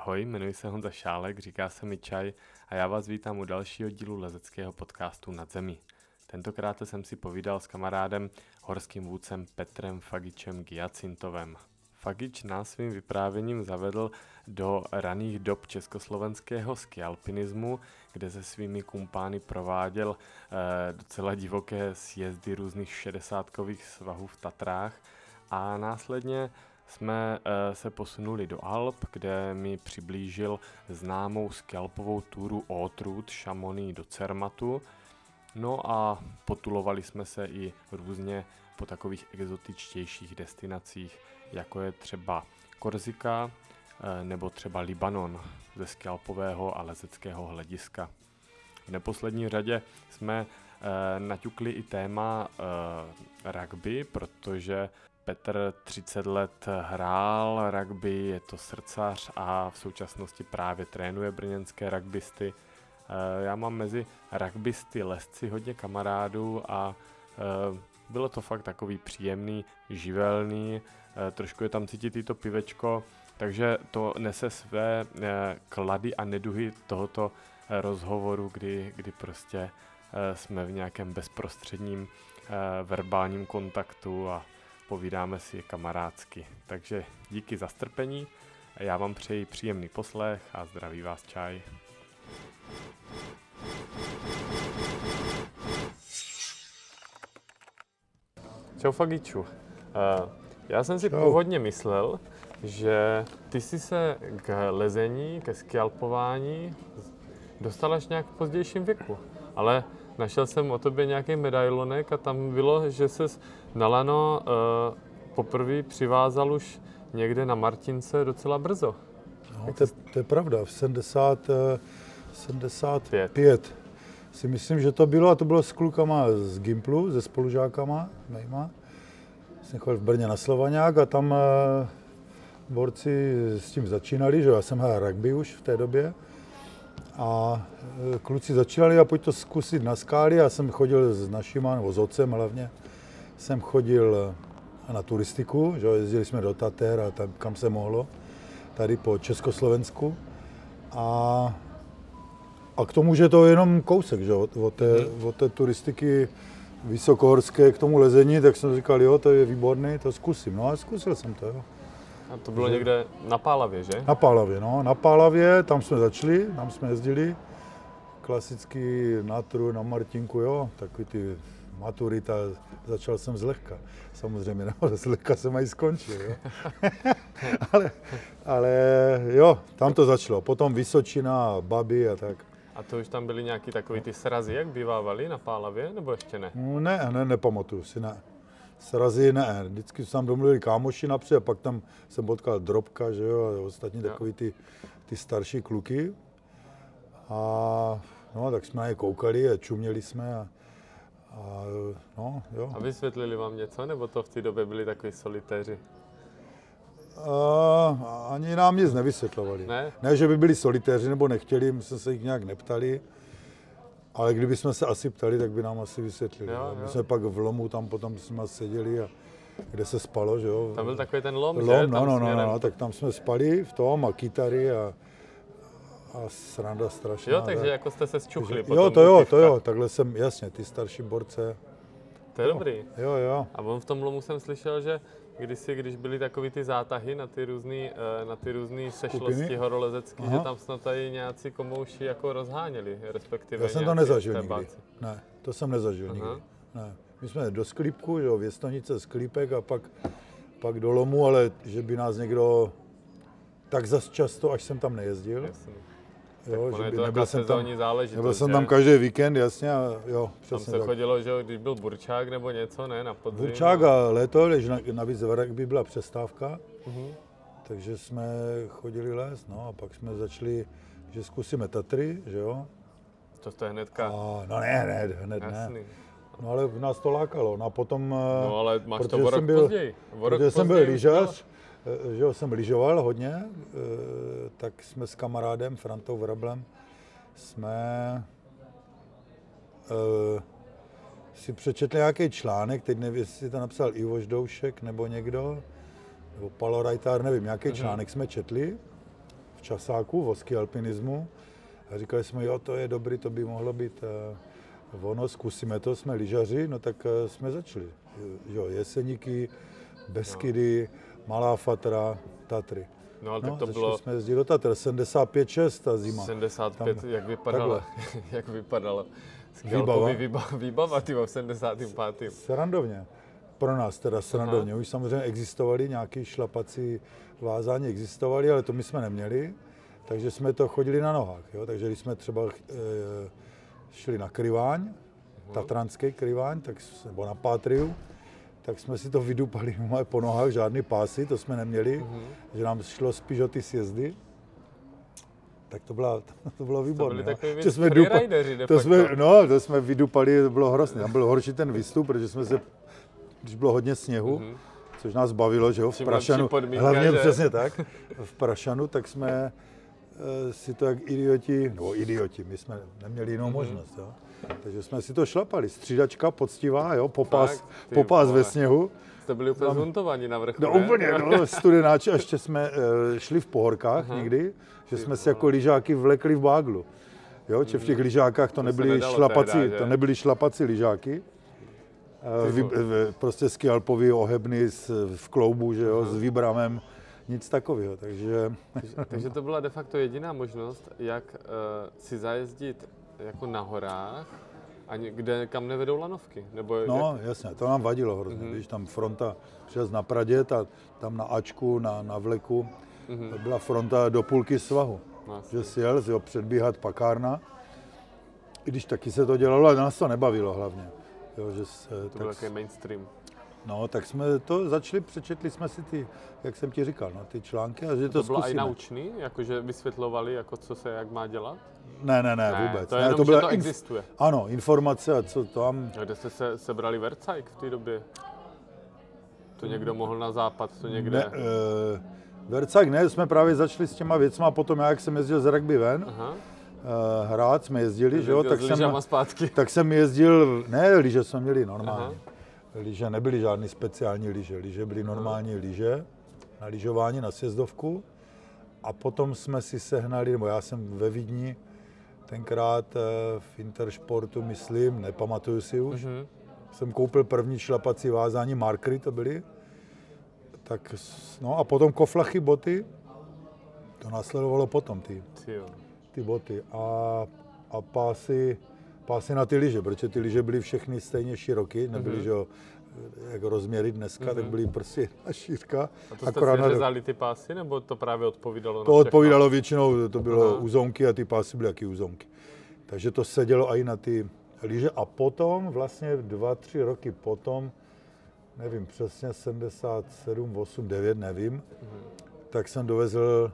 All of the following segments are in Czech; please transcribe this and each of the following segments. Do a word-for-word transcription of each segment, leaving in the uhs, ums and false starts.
Ahoj, jmenuji se Honza Šálek, říká se mi Čaj a já vás vítám u dalšího dílu lezeckého podcastu Nad zemí. Tentokrát jsem si povídal s kamarádem, horským vůdcem Petrem Fagičem Giacintovem. Fagič nás svým vyprávěním zavedl do raných dob československého skialpinismu, kde se svými kumpány prováděl e, docela divoké sjezdy různých šedesátkových svahů v Tatrách a následně jsme e, se posunuli do Alp, kde mi přiblížil známou skialpovou túru Ortrud Chamonix do Cermatu. No a potulovali jsme se i různě po takových exotičtějších destinacích, jako je třeba Korsika e, nebo třeba Libanon ze skialpového a lezeckého hlediska. V neposlední řadě jsme e, naťukli i téma e, rugby, protože Petr třicet let hrál rugby, je to srdcař a v současnosti právě trénuje brněnské rugbysty. Já mám mezi rugbysty lezci hodně kamarádů a bylo to fakt takový příjemný, živelný, trošku je tam cítit i to pivečko, takže to nese své klady a neduhy tohoto rozhovoru, kdy, kdy prostě jsme v nějakém bezprostředním verbálním kontaktu a povídáme si kamarádsky. Takže díky za strpení, já vám přeji příjemný poslech a zdraví vás Čaj. Čau Fagiču. Já jsem si Čau. původně myslel, že ty jsi se k lezení, ke skialpování dostal až nějak v pozdějším věku, ale našel jsem o tobě nějaký medailonek a tam bylo, že ses na lano uh, poprvé přivázal už někde na Martince docela brzo. No, to, to je pravda, v sedmdesát pět si myslím, že to bylo, a to bylo s klukama z Gimplu, se spolužákama mejma. Jsem chodil v Brně na Slovaňák a tam uh, borci s tím začínali, že já jsem hrál rugby už v té době. A kluci začínali a pojď to zkusit na skály. Já jsem chodil s našima, nebo s otcem hlavně, jsem chodil na turistiku, že jezdili jsme do Tater a tam, kam se mohlo, tady po Československu. A, a k tomu, že to je jenom kousek, že od, od, té, od té turistiky vysokohorské k tomu lezení, tak jsem říkal, jo, to je výborný, to zkusím. No a zkusil jsem to, jo. A to bylo že... někde na Pálavě, že? Na Pálavě, no. Na Pálavě, tam jsme začali, tam jsme jezdili. Klasický na Tru, na Martinku, jo. Takový ty maturita, začal jsem zlehka. Samozřejmě, no, zlehka jsem aj skončil, jo. ale, ale jo, tam to začalo. Potom Vysočina, Baby a tak. A to už tam byly nějaký takový ty srazy, jak bývávali na Pálavě, nebo ještě ne? No, ne, ne, nepamatuju si, ne. Srazy ne, vždycky jsme tam domluvili kámoši napřed a pak tam jsem potkal Drobka, že jo, a ostatní takový ty, ty starší kluky. A no, tak jsme na ně koukali a čuměli jsme a, a no, jo. A vysvětlili vám něco, nebo to v té době byli takový solitéři? A, ani nám nic nevysvětlovali. Ne? Ne, že by byli solitéři nebo nechtěli, my jsme se jich nějak neptali. Ale kdybychom se asi ptali, tak by nám asi vysvětlili. Jo, My jo. jsme pak v lomu, tam potom jsme seděli a kde se spalo, že jo. Tam byl takový ten lom, lom že? No, tam no, no, směrem... no, tak tam jsme spali v tom a kytary a, a sranda strašná. Jo, takže tak. Jako jste se zčuchli takže, potom. Jo, to jo, to jo, takhle jsem, jasně, ty starší borce. To je jo, dobrý. Jo, jo. A on v tom lomu jsem slyšel, že kdysi, když byly takový ty zátahy na ty různý, na ty různý sešlosti horolezecký, že tam snad tady nějací komouši jako rozháněli, respektive Já jsem to nezažil nikdy. Báci. Ne, to jsem nezažil Aha. nikdy. Ne. My jsme do sklípku, že jo, Věstonice, sklípek a pak, pak do lomu, ale že by nás někdo tak zas často, až jsem tam nejezdil. Jasně. Jo, že by to nebyl jsem tam, nebyl jsem tam každý víkend, jasně, a jo, tam se tak. chodilo, že když byl burčák nebo něco, ne, na podzim. Burčák a léto, když navíc v rugby byla přestávka, uh-huh. takže jsme chodili lézt, no a pak jsme začali, že zkusíme Tatry, že jo. To jste hnedka? A, no ne, ne, hned Jasný. ne. No ale nás to lákalo, no a potom, no ale máš to o rok byl, později. O rok protože jsem byl lyžař, že jo, jsem lyžoval hodně, tak jsme s kamarádem Frantou Vrablem jsme uh, si přečetli nějaký článek, teď nevím, jestli to napsal Ivo Ždoušek nebo někdo, nebo Palo Rajtár, nevím, nějaký mm-hmm. článek jsme četli v časáku, v ski alpinismu. A říkali jsme, jo, to je dobrý, to by mohlo být ono, zkusíme to, jsme lyžaři, no tak jsme začali. Jo, Jeseníky, Beskydy, Malá Fatra, Tatry. No, ale no, tak to začali bylo... jsme jezdit do Tatr, sedmdesát pět šest ta zima. sedmdesát pět, tam, jak vypadalo, jak vypadalo. Výbava. Výbava, výbava tyvo, v sedmdesátém pátém Srandovně. Pro nás teda srandovně. Aha. Už samozřejmě existovaly nějaké šlapací vázání, existovaly, ale to my jsme neměli. Takže jsme to chodili na nohách. Jo? Takže když jsme třeba e, šli na Kryváň, uh-huh. tatranský Kryváň, tak, nebo na Pátriu, tak jsme si to vydupali po nohách, žádný pásy, to jsme neměli, uh-huh. že nám šlo spíš o ty sjezdy. Tak to, byla, to bylo výborné. To byli no. jsme dupa, de to jsme, no, to jsme vydupali, to bylo hrozné. Tam byl horší ten výstup, protože jsme se, když bylo hodně sněhu, uh-huh. což nás bavilo, že jo, v Prašanu, hlavně že? Přesně tak, v Prašanu, tak jsme si to jak idioti, nebo idioti, my jsme neměli jinou mm-hmm. možnost, jo. Takže jsme si to šlapali, střídačka poctivá, jo, popás, ty, popás ve sněhu. Jste byli úplně zhuntovaní na vrchu, no, ne? Úplně, no, studenáči, a ještě jsme uh, šli v pohorkách uh-huh. někdy, že ty, jsme si jako lyžáky vlekli v báglu, jo, mm-hmm. v těch lyžákách to, to nebyly šlapací, teda, to nebyly šlapací lyžáky. Uh, vy, prostě ski alpový ohebný v kloubu, že jo, uh-huh. s výbramem. Nic takového, takže... takže... Takže to byla de facto jediná možnost, jak uh, si zajezdit jako na horách, a kde, kam nevedou lanovky, nebo no, jak... jasně, to nám vadilo hrozně, mm-hmm. když tam fronta přes na Pradě, ta, tam na Ačku, na, na vleku, mm-hmm. byla fronta do půlky svahu, vlastně. Že si jel, jo, předbíhat pakárna, i když taky se to dělalo, ale nás to nebavilo hlavně. Jo, že se, to tak... byl takový mainstream. No, tak jsme to začali, přečetli jsme si ty, jak jsem ti říkal, no, ty články a že to, to bylo zkusíme. i naučný, jakože vysvětlovali, jako co se jak má dělat? Ne, ne, ne, ne vůbec. To je ne, jenom, to byla že to inf- existuje. Ano, informace a co tam... A kde jste se sebrali vercajk v té době? To někdo mohl na západ, to někde... Ne, e, vercajk ne, jsme právě začali s těma věcma a potom já, jak jsem jezdil z rugby ven, Aha. E, hrát jsme jezdili, že jo, tak jsem, zpátky. tak jsem jezdil, ne, lyže jsme měli normální. Lyže nebyly žádný speciální lyže, lyže byly normální lyže na lyžování, na sjezdovku. A potom jsme si sehnali, nebo já jsem ve Vídni tenkrát v Intersportu, myslím, nepamatuju si už, uh-huh. jsem koupil první šlapací vázání, markery to byly. Tak, no a potom koflachy, boty, to následovalo potom ty, ty boty. A, a pásy, pásy na ty lyže, protože ty lyže byly všechny stejně široké, nebyly, uh-huh. že jo, jako rozměry dneska, mm-hmm. tak byly prostě jedna šířka. A to jste si řezali ty pásy, nebo to právě odpovídalo to na To odpovídalo většinou, to bylo Aha. uzonky a ty pásy byly jaký uzonky. Takže to sedělo i na ty lyže a potom, vlastně dva, tři roky potom, nevím přesně, sedmdesát sedm, osm, devět, nevím, mm-hmm. tak jsem dovezl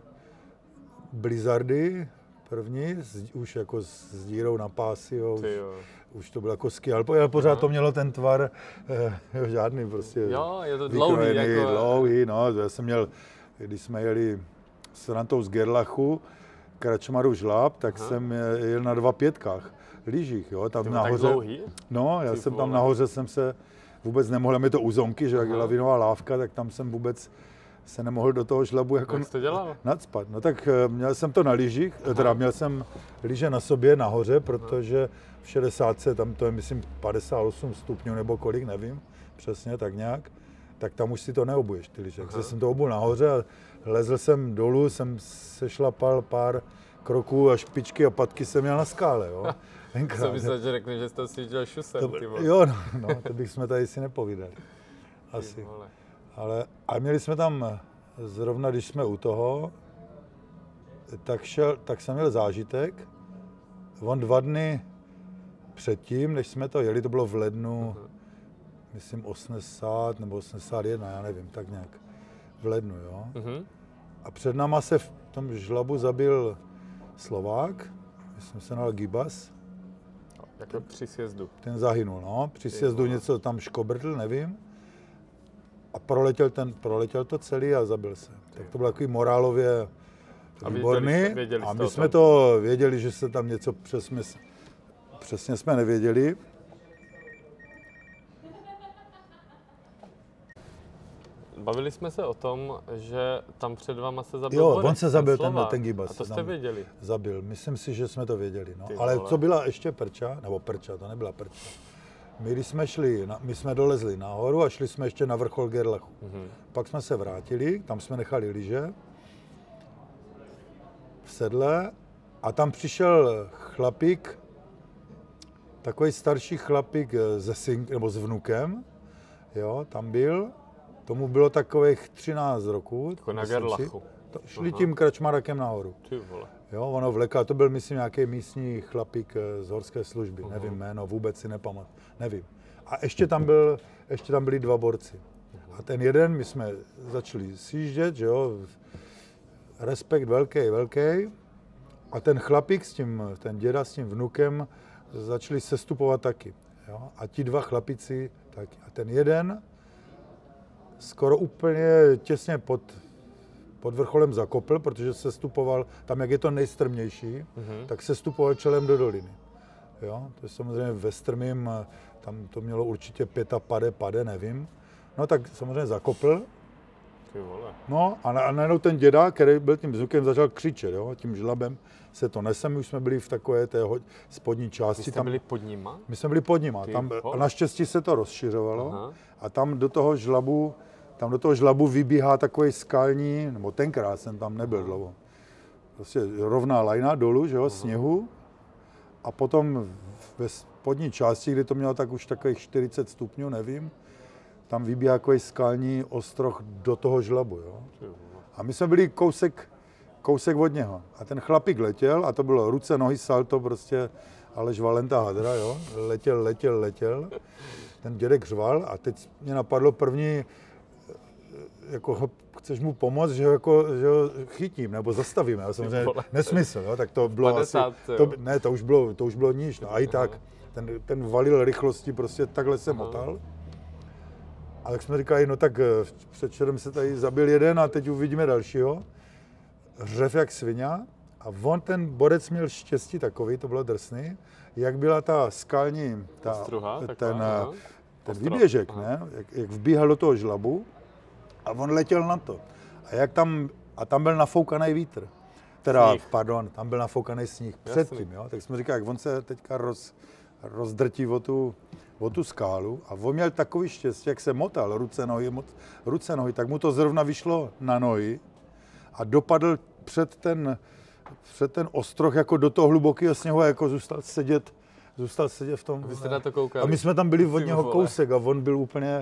Blizzardy, první, už jako s dírou na pásy, jo, už, už to bylo jako ski, ale pořád Aha. to mělo ten tvar, eh, žádný prostě. Jo, je to dlouhý. Jako... dlouhý, no, já jsem měl, když jsme jeli s Frantou z Gerlachu, Kračmaru žláb, tak Aha. jsem jel na dva pětkách, lyžích, jo, tam nahoře. Dlouhý? No, já Ty jsem tam nahoře, jsem se vůbec nemohl, mě to uzonky, že jak je lavinová lávka, tak tam jsem vůbec se nemohl do toho žlabu jako nadspat. No tak měl jsem to na lyžích, teda měl jsem lyže na sobě nahoře, protože v šedesátce, tam to je myslím padesát osm stupňů nebo kolik, nevím přesně, tak nějak, tak tam už si to neobuješ ty lyže. Takže jsem to obul nahoře a lezl jsem dolů, jsem sešlapal pár kroků a špičky a patky jsem měl na skále, jo. Tenkrát. Co myslel, že řekne, že jste si dělal šusem, ty vole. Jo, no, no, to bychom tady si nepovídali. Asi. Ale a měli jsme tam, zrovna když jsme u toho, tak, šel, tak jsem měl zážitek. On dva dny předtím, než jsme to jeli, to bylo v lednu, uh-huh. myslím osmdesát nebo osmdesát jedna, já nevím, tak nějak v lednu, jo. Uh-huh. A před náma se v tom žlabu zabil Slovák, myslím se jmenoval Gibas. Jako při sjezdu. Ten zahynul, no, při sjezdu něco tam škobrtl, nevím. A proletěl, ten, proletěl to celý a zabil se. Tak to bylo takový morálově výborný. A, věděli, a my jsme to věděli, že se tam něco přesně, přesně jsme nevěděli. bavili jsme se o tom, že tam před váma se zabil Jo, Borec, on se zabil, ten, ten, ten Gibas. A to jste věděli? Zabil, myslím si, že jsme to věděli. No. Ty Ale vole. co byla ještě Prča, nebo Prča, to nebyla Prča. My, když jsme šli, na, my jsme dolezli nahoru a šli jsme ještě na vrchol Gerlachu. Mhm. Pak jsme se vrátili, tam jsme nechali lyže v sedle a tam přišel chlapík, takový starší chlapík se syn, nebo s vnukem, jo, tam byl, tomu bylo takových třináct roků. Jako na myslím si. Gerlachu. To, šli Aha. tím Kračmarakem nahoru. Ty vole. Jo, ono vlekla, to byl, myslím, nějaký místní chlapík z horské služby, Aha. nevím jméno, vůbec si nepamatuji, nevím. A ještě tam, byl, ještě tam byli dva borci. A ten jeden, my jsme začali sjíždět, že jo, respekt velký, velký. A ten chlapík s tím, ten děda s tím vnukem začali sestupovat taky. Jo? A ti dva chlapici taky. A ten jeden skoro úplně těsně pod, pod vrcholem zakopl, protože sestupoval, tam jak je to nejstrmější, Mhm. tak sestupoval čelem do doliny. Jo? To je samozřejmě ve strmým, tam to mělo určitě pěta pade, pade, nevím. No tak samozřejmě zakopl. Ty vole. No a, na, a najednou ten děda, který byl tím zvukem, začal křičet, jo? Tím žlabem se to nese. My už jsme byli v takové té ho- spodní části. Vy jste tam, byli pod nima? my jsme byli pod nima. Ty Tam, vole. a naštěstí se to rozšiřovalo. Aha. A tam do toho žlabu, tam do toho žlabu vybíhá takový skalní, nebo tenkrát jsem tam nebyl dlouho. Prostě rovná lajna dolů, že jo, sněhu. A potom ve spodní části, kde to mělo tak už takových čtyřicet stupňů, nevím, tam vybíhá takový skalní ostroh do toho žlabu, jo. Ty vole. A my jsme byli kousek, kousek od něho. A ten chlapík letěl, a to bylo ruce, nohy, salto, prostě Aleš Valenta Hadra, jo. Letěl, letěl, letěl. Ten dědek řval a teď mě napadlo první, jako ho, chceš mu pomoct, že ho, jako, že ho chytím, nebo zastavíme. A samozřejmě vole. nesmysl, jo. Tak to bylo padesát, asi, to, ne, to už bylo, to už bylo níž, no. A i tak, ten, ten valil rychlosti, prostě takhle se Aha. motal. A tak jsme říkali, no tak eh, předčerem se tady zabil jeden a teď uvidíme dalšího. Řev jak svině. A on, ten borec, měl štěstí takový, to bylo drsný, jak byla ta skalní, ta, Ostruha, ten, taková, aha. ten Ostro- výběžek, aha. ne? Jak, jak vbíhal do toho žlabu a on letěl na to. A, jak tam, a tam byl nafoukaný vítr. Teda, Sníh. pardon, tam byl nafoukaný sníh Jasný. předtím, jo? Tak jsme říkali, jak on se teďka roz, rozdrtí o tu, o tu skálu a on měl takový štěstí, jak se motal ruce, nohy, moc, ruce, nohy, tak mu to zrovna vyšlo na nohy a dopadl před ten, před ten ostroh jako do toho hlubokého sněhu a jako zůstal sedět, zůstal sedět v tom. Vy jste na to koukali? A my jsme tam byli od Ty něho vole. kousek a on byl úplně,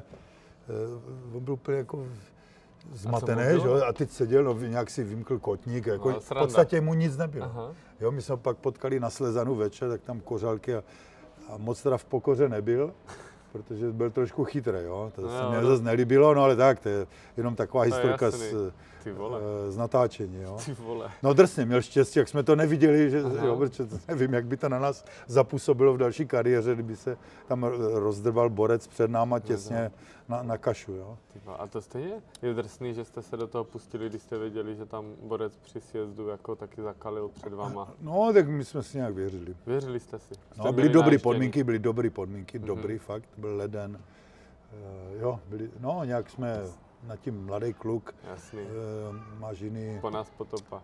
eh, on byl úplně jako zmatený, A co mu bylo? že jo? A teď seděl, no, nějak si vymkl kotník, jako No, v sranda. podstatě mu nic nebylo. Aha. Jo, my jsme pak potkali na Slezanu večer, tak tam kořálky a, a moc teda v pokoře nebyl, protože byl trošku chytrý, jo. To No se jo, mě no. zase nelíbilo, no ale tak, to je jenom taková je historka jasný. z, Ty vole. eh, z natáčení, jo. Ty vole. No drsně, měl štěstí, jak jsme to neviděli, že, Aha. jo, protože to nevím, jak by to na nás zapůsobilo v další kariéře, kdyby se tam rozdrval borec před náma těsně na, na kašu, jo. Ty vole. A to stejně je drsný, že jste se do toho pustili, když jste věděli, že tam borec při sjezdu jako taky zakalil před váma. No, tak my jsme si nějak věřili. Věřili jste si? Jste No, byly byli dobré naježdění? podmínky, byly dobré podmínky, Mhm. dobrý fakt, byl leden. Uh, jo, byli, no, nějak jsme na tím mladý kluk, Jasný. uh, máš jiný... Po nás potopa.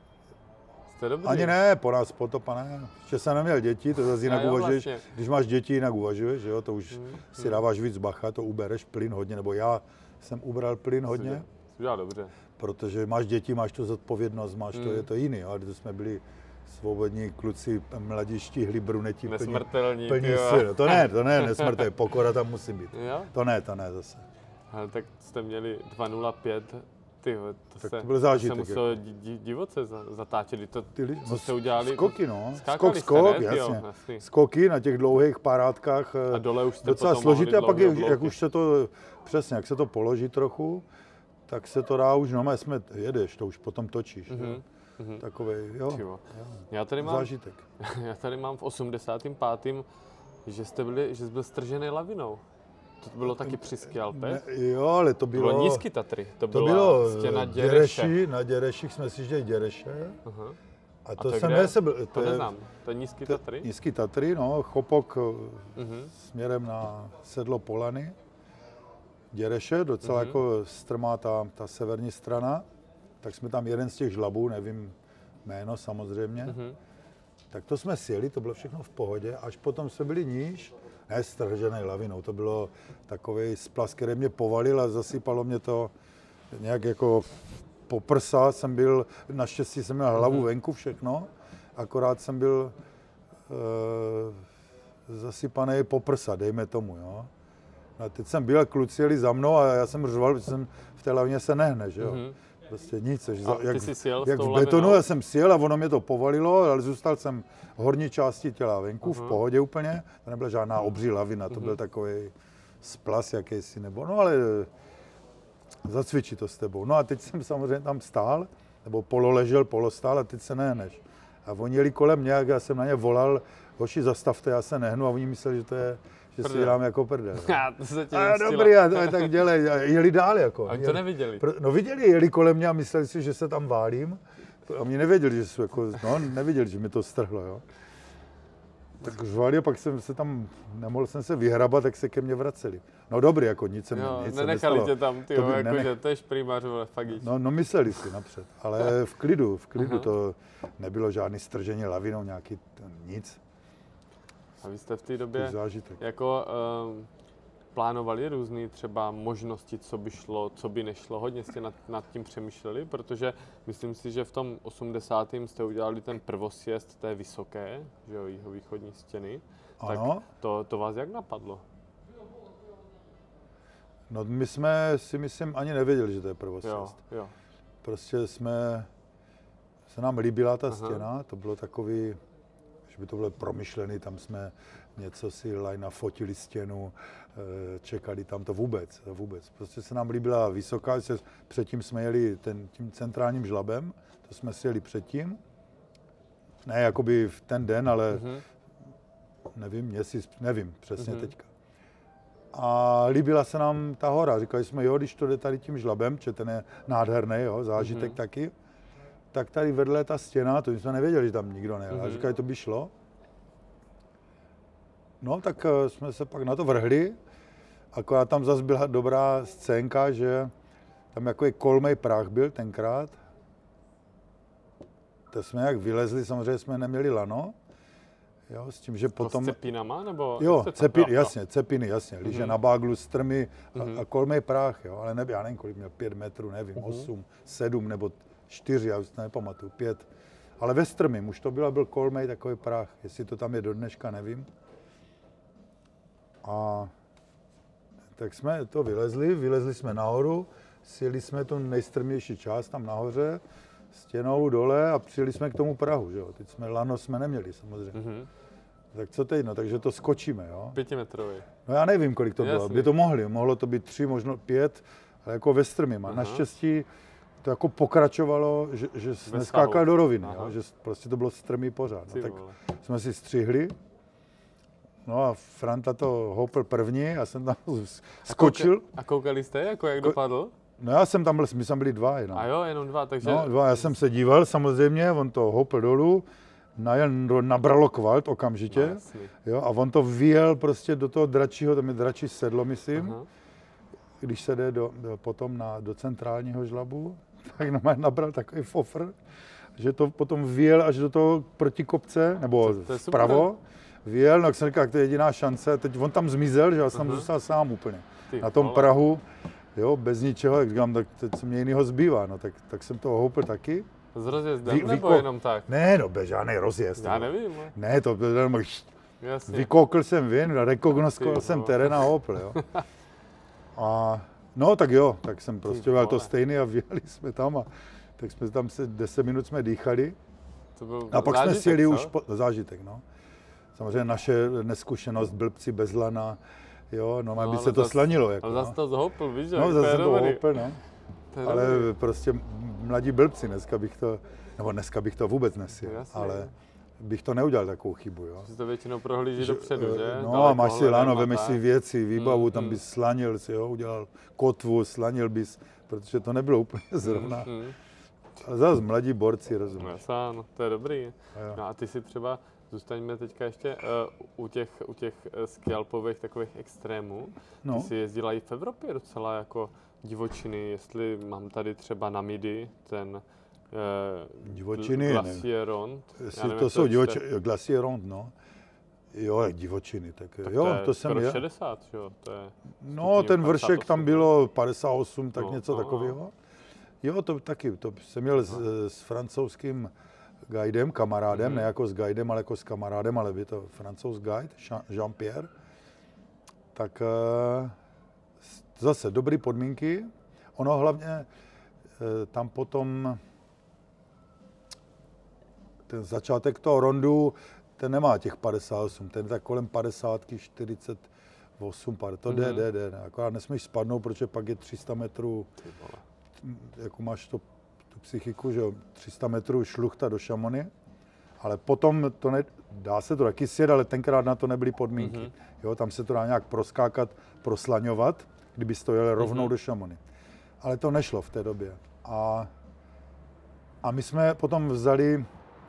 Jste dobrý. Ani ne, po nás potopa ne. Ještě jsem neměl děti, to zase jinak jo, uvažuješ. vlastně. Když máš děti, jinak uvažuješ, že jo, to už Mhm, si dáváš víc bacha, to ubereš plyn hodně, nebo já jsem ubral plyn hodně, Jsi udělal dobře. protože máš děti, máš tu zodpovědnost, máš to, Mhm. je to jiný, jo, když jsme byli svobodní kluci, mladí, štíhlí bruneti, plní, Nesmrtelní, plní ty jo. sil. To ne, to ne, nesmrtelný, pokora tam musí být. Jo? To ne, to ne zase. Ale tak jste měli dva nula pět, ty jo, to Tak se, to byl zážitek, to se muselo di- di- divoce za- zatáčet. To, Ty lidi, co jste udělali? Skoky, no. Skákali Skok, jste, skok, ne? Jo, jasně. jasný. Skoky na těch dlouhých parádkách. A dole už jste docela potom složité a mohli pak, je, dlouhé jak bloky. už se to, přesně, jak se to položí trochu, tak se to dá už, no, my jsme, jedeš, to už potom točíš. Mhm, Jo. mhm. Takovej, jo, Ty jo. jo. Já tady mám, Zážitek. já tady mám v osmdesátém pátém že jste byli, že jste byl stržený lavinou. To bylo taky při Skialpe. Ne, jo, ale to To bylo... bylo nízký Tatry. To, To byla bylo stěna Děreše. Děreši, na Děreších jsme si žili Děreše. Aha. A A to, to jsem kde? nese, byl, To, to je neznám. To je nízký to- Tatry? Nízký Tatry, no, Chopok Mhm. směrem na sedlo Polany. Děreše, docela Mhm. jako strmá ta, ta severní strana, tak jsme tam jeden z těch žlabů, nevím jméno samozřejmě, Mhm. tak to jsme sjeli, to bylo všechno v pohodě, až potom jsme byli níž, ne stržený lavinou, to bylo takový splask, který mě povalil a zasypalo mě to nějak jako po prsa, jsem byl, naštěstí jsem měl hlavu Mhm. venku všechno, akorát jsem byl e, zasypaný po prsa, dejme tomu, jo. No a teď jsem byl, kluci jeli za mnou a já jsem řval, protože jsem v té lavině se nehne, že jo. Mhm. Prostě nic, že A za, ty jak, jsi sjel s jak tou v betonu, lavinou? já jsem sjel a ono mě to povalilo, ale zůstal jsem v horní části těla venku, Aha. v pohodě úplně. To nebyla žádná obří lavina, to Mhm. byl takový splas jakýsi, nebo no ale zacvičí to s tebou. No a teď jsem samozřejmě tam stál, nebo pololežel, polostál a teď se nehneš. A oni jeli kolem mě, jak já jsem na ně volal, hoši, zastavte, já se nehnu, a oni mysleli, že to je, že si Prdel. dělám jako prdel. Já, to se ti A nestilo. dobrý, a, a tak dělej, a jeli dál jako. A oni to Jeli- neviděli. Pro- No viděli, jeli kolem mě a mysleli si, že se tam válím. A oni nevěděli, že jsou jako, no nevěděli, že mi to strhlo, jo. Tak řvali a pak jsem se tam, nemohl jsem se vyhrabat, tak se ke mně vraceli. No dobrý, jako nic se mi Jo, nic se nenechali nestalo. tě tam, ty To by jako, nenech- že to je šprýmař, vole, fagič. No, no mysleli si napřed, ale v klidu, v klidu, Aha. to nebylo žádný stržení lavinou, nějaký to, nic, A vy jste v té to době zážitek. jako um, plánovali různé třeba možnosti, co by šlo, co by nešlo. Hodně jste nad, nad tím přemýšleli, protože myslím si, že v tom osmdesátém jste udělali ten prvosjezd té vysoké, že jo, jihovýchodní stěny. Ano. Tak to, to vás jak napadlo? No my jsme si myslím ani nevěděli, že to je Jo, prvosjezd. jo. Prostě jsme, se nám líbila ta Aha. stěna, to bylo takový, že by to bylo promyšlený, tam jsme něco si lajna fotili stěnu, eh, čekali tam to vůbec, to vůbec. Prostě se nám líbila vysoká, se, předtím jsme jeli ten, tím centrálním žlabem, to jsme si jeli předtím, ne jakoby v ten den, ale Mhm. nevím, měsíc, nevím přesně Mhm. teďka. A líbila se nám ta hora. Říkali jsme, jo, když to jde tady tím žlabem, že ten je nádherný, jo, zážitek Mhm. taky, tak tady vedle je ta stěna, to jsme nevěděli, že tam nikdo nejel. A Mhm. říkali, to by šlo. No, tak eh, jsme se pak na to vrhli, akorát tam zase byla dobrá scénka, že tam jako je kolmej prach byl tenkrát. To jsme jak vylezli, samozřejmě jsme neměli lano, jo, s tím, že Potom... potom... S cepínama, nebo? Jo, jak jste to- cepiny, jo, jo. jasně, cepiny, jasně, lyže Mhm. na báglu, strmy a, Mhm. a kolmej prach, jo, ale nebyl, já nevím, kolik měl, pět metrů, nevím, Mhm. osm, sedm nebo čtyři, já už to nepamatuju, pět. Ale ve strmým, už to byl, byl kolmej takový prach, jestli to tam je do dneška, nevím. A tak jsme to vylezli, vylezli jsme nahoru, sjeli jsme tu nejstrmější část tam nahoře, stěnou dole a přijeli jsme k tomu prahu, že jo. Teď jsme lano jsme neměli samozřejmě. Mhm. Tak co teď, no, takže to skočíme, jo. Pětimetrový. No já nevím, kolik to bylo, Jasný. by to mohli, mohlo to být tři, možno pět, ale jako ve strmým. A Aha. naštěstí to jako pokračovalo, že, že jsi Ve neskákal svahu. do roviny, Aha. jo, že prostě to bylo strmý pořád. Ty No, tak vole. jsme si střihli, no a Franta to houpl první, já jsem tam skočil. A, kouka- a koukali jste, jako jak Ko- dopadl? No já jsem tam byl, my jsme byli dva jenom. A jo, jenom dva, takže... No, dva, já jsem se díval samozřejmě, on to houpl dolů, najel, nabralo kvalt okamžitě, No, jasný. jo, a on to vyjel prostě do toho dračího, tam je dračí sedlo, myslím. Aha. Když se jde do, do, potom na, do centrálního žlabu, tak normálně nabral takový fofr, že to potom vyjel až do toho protikopce, nebo To- to je super. vpravo, vyjel, no jak jsem říkal, to je jediná šance, teď on tam zmizel, že já jsem tam Aha. zůstal sám úplně, Ty na tom vole. prahu, jo, bez ničeho, jak říkám, tak teď co mě jinýho zbývá, no tak, tak jsem toho houpl taky. S rozjezdem, Vy- nebo vyko- jenom tak? Ne, no, bez žádný rozjezd. Já no. nevím, ale Ne, to byl jenom, jasně. vykoukl jsem vin, rekognoskoval Ty jsem vole. terén a houpl, jo. A no tak jo, tak jsem prostě udělal to vole. stejný a vyjeli jsme tam a tak jsme tam se deset minut jsme dýchali To byl a pak zážitek, jsme sjeli co? už po, zážitek, no. Samozřejmě naše neskušenost, blbci bez lana, jo, no, No, by ale se to zas- slanilo, jako, Ale zase no. to zhoupl, víš, No, jak zase to je jsem to dobrý. houpl, no. To je Ale dobrý. prostě mladí blbci, dneska bych to, nebo dneska bych to vůbec nesjel, Jasně. ale bych to neudělal takovou chybu, jo. Si to většinou prohlíží dopředu, eh, že? No Daleko a máš si hledem lano, a vemeš tak. si věci, výbavu, Mm, tam mm. bys slanil si, jo, udělal kotvu, slanil bys, protože to nebylo úplně zrovna. Mm, mm. Ale zase mladí borci, rozumíš. No, no, to je dobrý. No a ty si třeba, zůstaňme teďka ještě uh, u těch, u těch skialpových takových extrémů. No. Ty jsi jezdila i v Evropě docela jako divočiny, jestli mám tady třeba Namidy, ten uh, divočiny, Glacier Rond. Nevím, to jsou divočiny, Glacier Rond, no. Jo, jak divočiny, tak, tak jo, to, je to jsem je. šedesát, jo, to je. No, ten vršek tam bylo padesát osm, tak no, něco no, takového. No. Jo, to taky, to jsem měl no. s, s francouzským guidem, kamarádem, mm-hmm. ne jako s guidem, ale jako s kamarádem, ale je to francouz guide, Jean-Pierre. Tak zase dobré podmínky. Ono hlavně tam potom ten začátek toho rondu, ten nemá těch padesát osm, ten je tak kolem padesát, čtyřicet osm, to jde, jde, jde. Akorát nesmíš spadnout, protože pak je tři sta metrů, jako máš to, tu psychiku, že tři sta metrů šluchta do Chamonix, ale potom to ne, dá se to taky sjet, ale tenkrát na to nebyly podmínky. Mm-hmm. Jo, tam se to dá nějak proskákat, proslaňovat, kdyby to jel rovnou mm-hmm. do Chamonix. Ale to nešlo v té době. A, a my jsme potom vzali,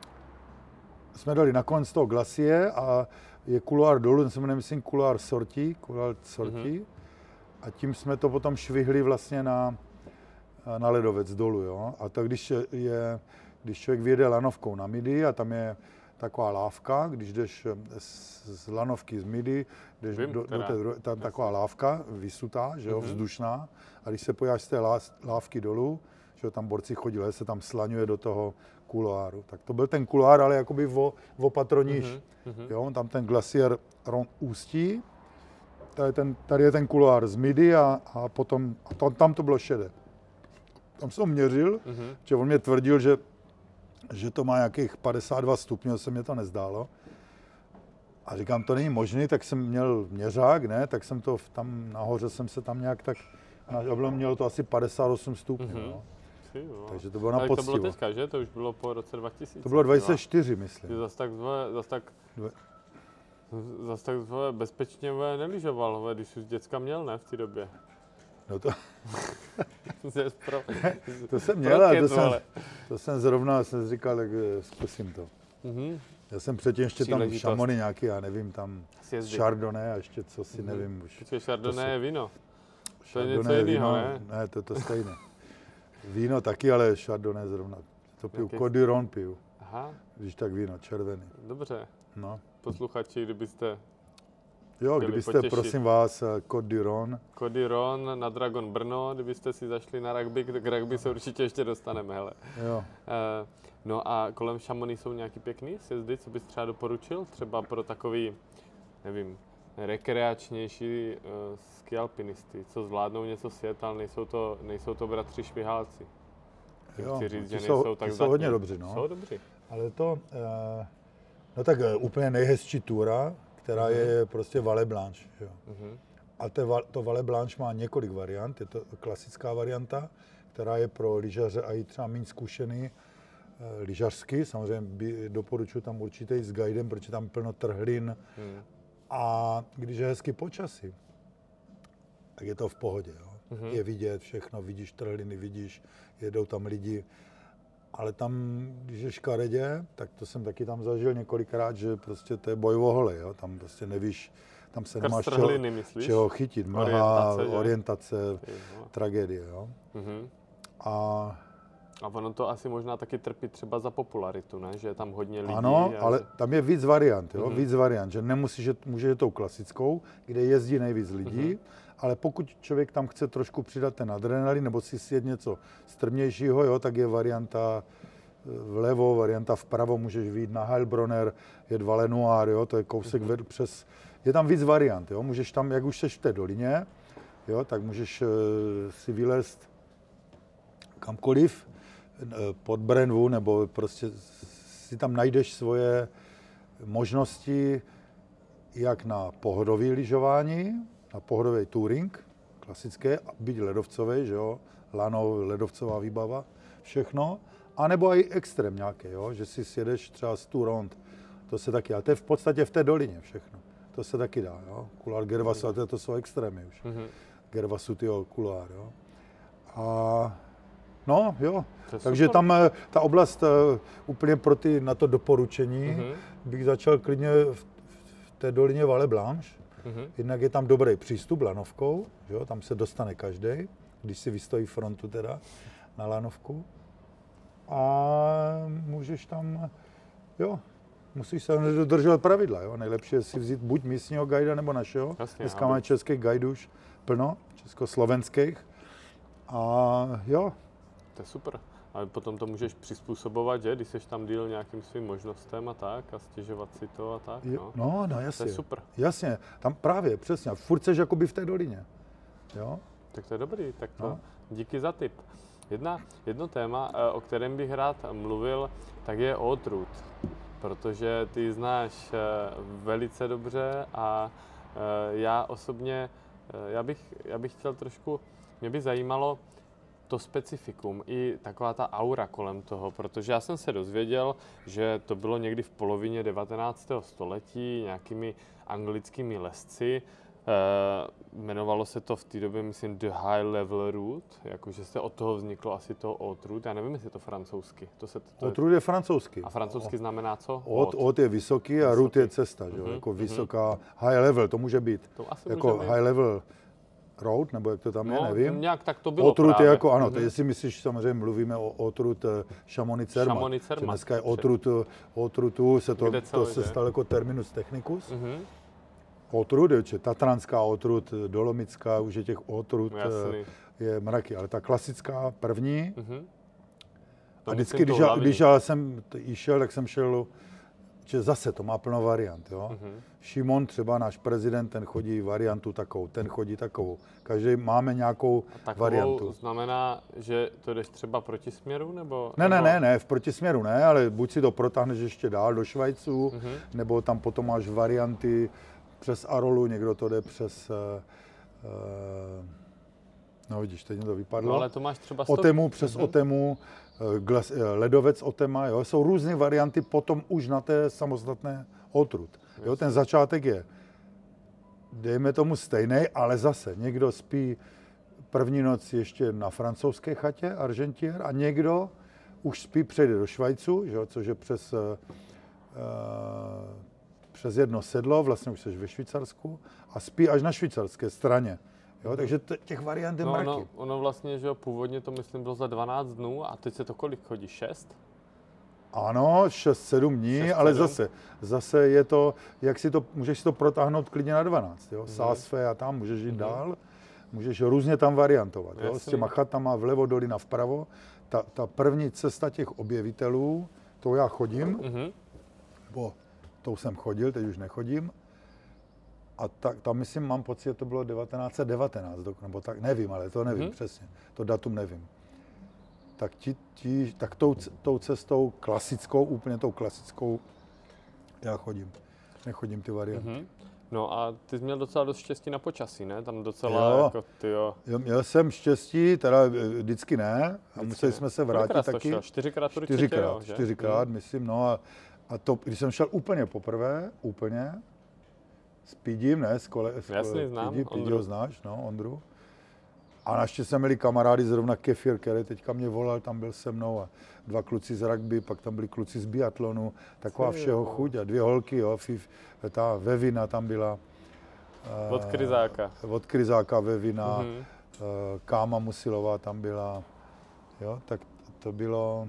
jsme dali na konec toho Glacier a je kuloár dolů, ten se jmenuje, myslím, kuloár Sortie, kuloár Sortie. Mm-hmm. A tím jsme to potom švihli vlastně na, na ledovec dolů, jo. A tak když je, když člověk vyjede lanovkou na Midi a tam je taková lávka, když jdeš z, z lanovky z Midi, jdeš Vím, do, do té druhé, tam taková lávka vysutá, že jo, mm-hmm. vzdušná. A když se podíváš z té lávky dolů, že jo, tam borci chodili, se tam slaňuje do toho kuloáru. Tak to byl ten kuloár, ale jakoby o, o patro níž. Mm-hmm. Jo, tam ten Glacier ústí, tady, ten, tady je ten kuloár z Midi a, a potom, a tam, tam to bylo šedé. Tam jsem měřil, mm-hmm. že on mě tvrdil, že, že to má nějakých padesát dva stupňů, se mě to nezdálo. A říkám, to není možné, tak jsem měl měřák, ne, tak jsem to tam nahoře jsem se tam nějak tak, mělo to asi padesát osm stupňů, mm-hmm. no. Takže to bylo na poctivo. To bylo teďka, že? To už bylo po roce dva tisíce. To bylo dvacet čtyři, myslím. Ty zas tak, zas tak, zas tak bezpečně nelyžoval, když už děcka měl, ne, v té době. No to... pro, to jsem měl, ale to jsem, to jsem zrovna jsem říkal, tak zkusím to. Mm-hmm. Já jsem předtím ještě tam Chamonix nějaký, já nevím, tam Chardonnay a ještě co si mm-hmm. nevím už. Počkej, Chardonnay je víno. To je něco jiného, ne? Ne, to je to stejné. Víno taky, ale Chardonnay zrovna. To piju, Côte du Rhône piju. Aha. Když tak víno, červený. Dobře. No. Posluchači, kdybyste Jo, kdybyste, potěšit. Prosím vás, Côte du Rhône. Côte du Rhône na Dragon Brno, kdybyste si zašli na rugby, k rugby se určitě ještě dostaneme, hele. Jo. Uh, no a kolem Chamonix jsou nějaký pěkný sjezdy, co bys třeba doporučil? Třeba pro takový, nevím, rekreačnější uh, skialpinisty, co zvládnou něco sjet, ale nejsou to, nejsou to bratři švihálci. Jo, chci říct, že nejsou jsou, tak jsou hodně dobří, no. Jsou dobří. Ale to, uh, no tak uh, úplně nejhezčí túra, která uh-huh. je prostě Vallée Blanche, jo. Uh-huh. A to, to Vallée Blanche má několik variant, je to klasická varianta, která je pro lyžaře a i třeba méně zkušený uh, lyžařsky, samozřejmě by, doporučuji tam určitě jít s guidem, protože tam plno trhlin. Uh-huh. A když je hezky počasí, tak je to v pohodě. Jo. Mm-hmm. Je vidět všechno, vidíš trhliny, vidíš, jedou tam lidi. Ale tam, když je škaredě, tak to jsem taky tam zažil několikrát, že prostě to je boj o hole. Jo. Tam prostě nevíš, tam se nemáš čeho, čeho chytit. Mlha, orientace, orientace tragédie. Jo. Mm-hmm. A A ono to asi možná taky trpí třeba za popularitu, ne? Že je tam hodně lidí. Ano, ale že... tam je víc variant, jo? Mm-hmm. Víc variant, že nemusíš, že může jít tou klasickou, kde jezdí nejvíc lidí, mm-hmm. ale pokud člověk tam chce trošku přidat ten adrenalin nebo si sjet něco strmějšího, jo, tak je varianta vlevo, varianta vpravo, můžeš vyjít na Heilbronner, je Vallée Noire, jo, to je kousek mm-hmm. ved, přes, je tam víc variant, jo? Můžeš tam, jak už seš v té dolině, jo, tak můžeš uh, si vylézt kamkoliv, pod Brenvu, nebo prostě si tam najdeš svoje možnosti jak na pohodový lyžování, na pohodový touring, klasické, byť ledovcové, že jo, lano, ledovcová výbava, všechno, anebo i extrém nějaký, jo, že si sjedeš třeba z Tour Rond, to se taky, ale to je v podstatě v té dolině všechno, to se taky dá, jo, Couloir Gervasu, mm-hmm. to, to jsou extrémy už, mm-hmm. Gervasu, tyho Couloir, jo, a No, jo. Takže super. Tam uh, ta oblast uh, úplně pro ty na to doporučení mm-hmm. bych začal klidně v, v té dolině Vallée Blanche. Mm-hmm. Jednak je tam dobrý přístup lanovkou, jo, tam se dostane každý, když si vystojí frontu teda na lanovku. A můžeš tam, jo, musíš se dodržovat pravidla, jo. Nejlepší je si vzít buď místního guida nebo našeho. Jasně, dneska máme českých guidů už plno, československých. A jo. To je super. Ale potom to můžeš přizpůsobovat, že? Když seš tam díl nějakým svým možnostem a tak a stěžovat si to a tak, no. No, no jasně. To je super. Jasně, tam právě, přesně. Furt seš jakoby v té dolině, jo. Tak to je dobrý, tak to no. Díky za tip. Jedna, jedno téma, o kterém bych rád mluvil, tak je odrůd. Protože ty znáš velice dobře a já osobně, já bych, já bych chtěl trošku, mě by zajímalo to specifikum i taková ta aura kolem toho, protože já jsem se dozvěděl, že to bylo někdy v polovině devatenáctého století nějakými anglickými lesci. E, jmenovalo se to v té době, myslím, The High Level Route, jakože se od toho vzniklo asi to Haute Route. Já nevím, jestli je to francouzsky. To se, to Haute Route je francouzsky. A francouzsky znamená co? Haute, Haute je vysoký a route je cesta, že? Mm-hmm. Jako vysoká, high level, to může být. To asi jako může být. High level road, nebo jak to tam no, je, nevím. Nějak tak to bylo Haute Route právě. Je jako, ano, mm-hmm. to jestli myslíš, samozřejmě mluvíme o Haute Route Chamonix-Zermatt. Chamonix-Zermatt. Dneska je Haute Route, Haute Route se to, to se stalo jako terminus technicus. Mm-hmm. Haute Route, je Tatranská Haute Route, Dolomická, už je těch Haute Route je mraky, ale ta klasická první. Mm-hmm. A vždycky, když já, když já jsem jí šel, tak jsem šel, že zase to má plno variant, jo. Mm-hmm. Šimon, třeba náš prezident, ten chodí variantu takovou, ten chodí takovou. Každý máme nějakou variantu. Znamená, že to jdeš třeba proti směru, nebo? Ne, nebo... ne, ne, ne, v protisměru ne, ale buď si to protáhneš ještě dál do Švajců, mm-hmm. nebo tam potom máš varianty přes Arolu, někdo to jde přes, uh, uh, no vidíš, teď mi to vypadlo. No, ale to máš třeba sto... Otemu, přes mm-hmm. Otemu, glas, ledovec Otema, jo, jsou různé varianty potom už na té samostatné Haute Route. Jo, ten začátek je, dejme tomu stejný, ale zase někdo spí první noc ještě na francouzské chatě, Argentière, a někdo už spí, přejde do Švajců, že, což je přes, uh, přes jedno sedlo, vlastně už jsi ve Švýcarsku, a spí až na švýcarské straně. Jo, takže t- těch variant je no, mraky. Ono, ono vlastně, že jo, původně to myslím bylo za dvanáct dnů a teď se to kolik chodí? šest? Ano, šest sedm dní, šest, ale zase, zase je to, jak si to, můžeš si to protáhnout klidně na dvanáct, jo, mm-hmm. Sásfe a tam můžeš jít mm-hmm. dál, můžeš různě tam variantovat, jo, s těma chatama vlevo, dolina, vpravo. Ta, ta první cesta těch objevitelů, to já chodím, mm-hmm. bo tou jsem chodil, teď už nechodím. A tak, tam myslím, mám pocit, že to bylo devatenáct set devatenáct, nebo tak, nevím, ale to nevím mm-hmm. přesně, to datum nevím. Tak, ti, ti, tak tou, tou cestou klasickou, úplně tou klasickou, já chodím, nechodím ty varianty. Mm-hmm. No a ty jsi měl docela dost štěstí na počasí, ne? Tam docela jo. jako tyjo. Jo, měl jsem štěstí, teda vždycky ne, a vždycky museli ne. jsme se vrátit taky. Šel? Čtyřikrát určitě, čtyřikrát, jo, že? čtyřikrát, mm. myslím, no a, a to, když jsem šel úplně poprvé, úplně, s Pidím, ne, s kole, s Jasný, znám, Pidi, Pidi ho znáš, no, Ondru. A naštěstí jsme měli kamarády, zrovna Kefir, který teďka mě volal, tam byl se mnou, a dva kluci z rugby, pak tam byli kluci z biatlonu, taková všeho chuť a dvě holky, jo, Fif, ta Vevina tam byla. Od Kryzáka. Od Kryzáka Vevina, mm-hmm. Káma Musilová tam byla, jo, tak to bylo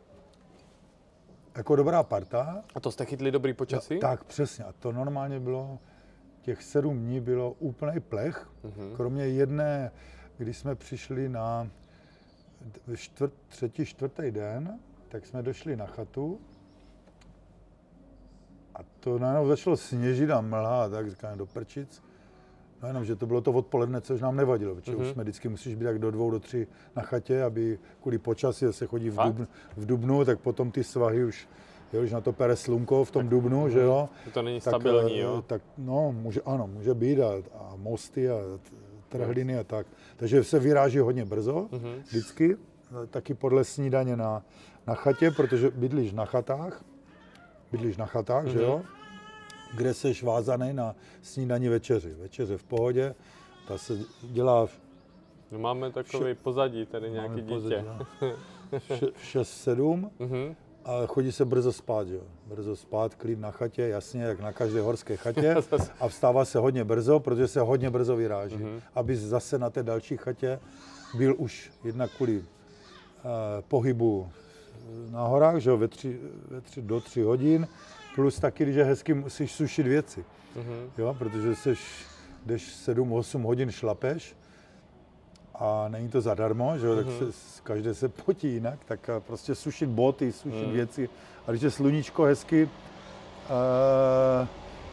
jako dobrá parta. A to jste chytli dobrý počasí? Jo, tak přesně, a to normálně bylo, těch sedm dní bylo úplný plech, mm-hmm. kromě jedné, když jsme přišli na čtvrt, třetí, čtvrtý den, tak jsme došli na chatu a to najednou začalo sněžit a mlha a tak říkám do prčic. No jenom, že to bylo to odpoledne, což nám nevadilo, protože mm-hmm. už jsme vždycky musíš být tak do dvou, do tři na chatě, aby kvůli počasí se chodí v, dubnu, v dubnu, tak potom ty svahy už, jo, už na to pere slunko v tom tak, dubnu, mm-hmm. že jo. To není tak, stabilní, jo. Tak no, může, ano, může být a, a mosty a trhliny a tak. Takže se vyráží hodně brzo, mm-hmm. vždycky, taky podle snídaně na, na chatě, protože bydlíš na chatách, bydlíš na chatách, mm-hmm. že jo, kde seš vázaný na snídani večeři. Večeře v pohodě, ta se dělá No máme takový pozadí, tady nějaký máme dítě. Pozadí, šest sedm uh-huh. a chodí se brzo spát, jo. Brzo spát, klid na chatě, jasně, jak na každé horské chatě. A vstává se hodně brzo, protože se hodně brzo vyráží. Uh-huh. Aby zase na té další chatě byl už jednak kvůli uh, pohybu na horách, že jo, ve tři, ve tři do tří hodin, plus taky, když je hezky, musíš sušit věci, uh-huh. jo, protože seš, jdeš sedm osm hodin šlapeš a není to zadarmo, že jo, uh-huh. tak se, každé se potí jinak, tak prostě sušit boty, sušit uh-huh. věci a když je sluníčko hezky, uh,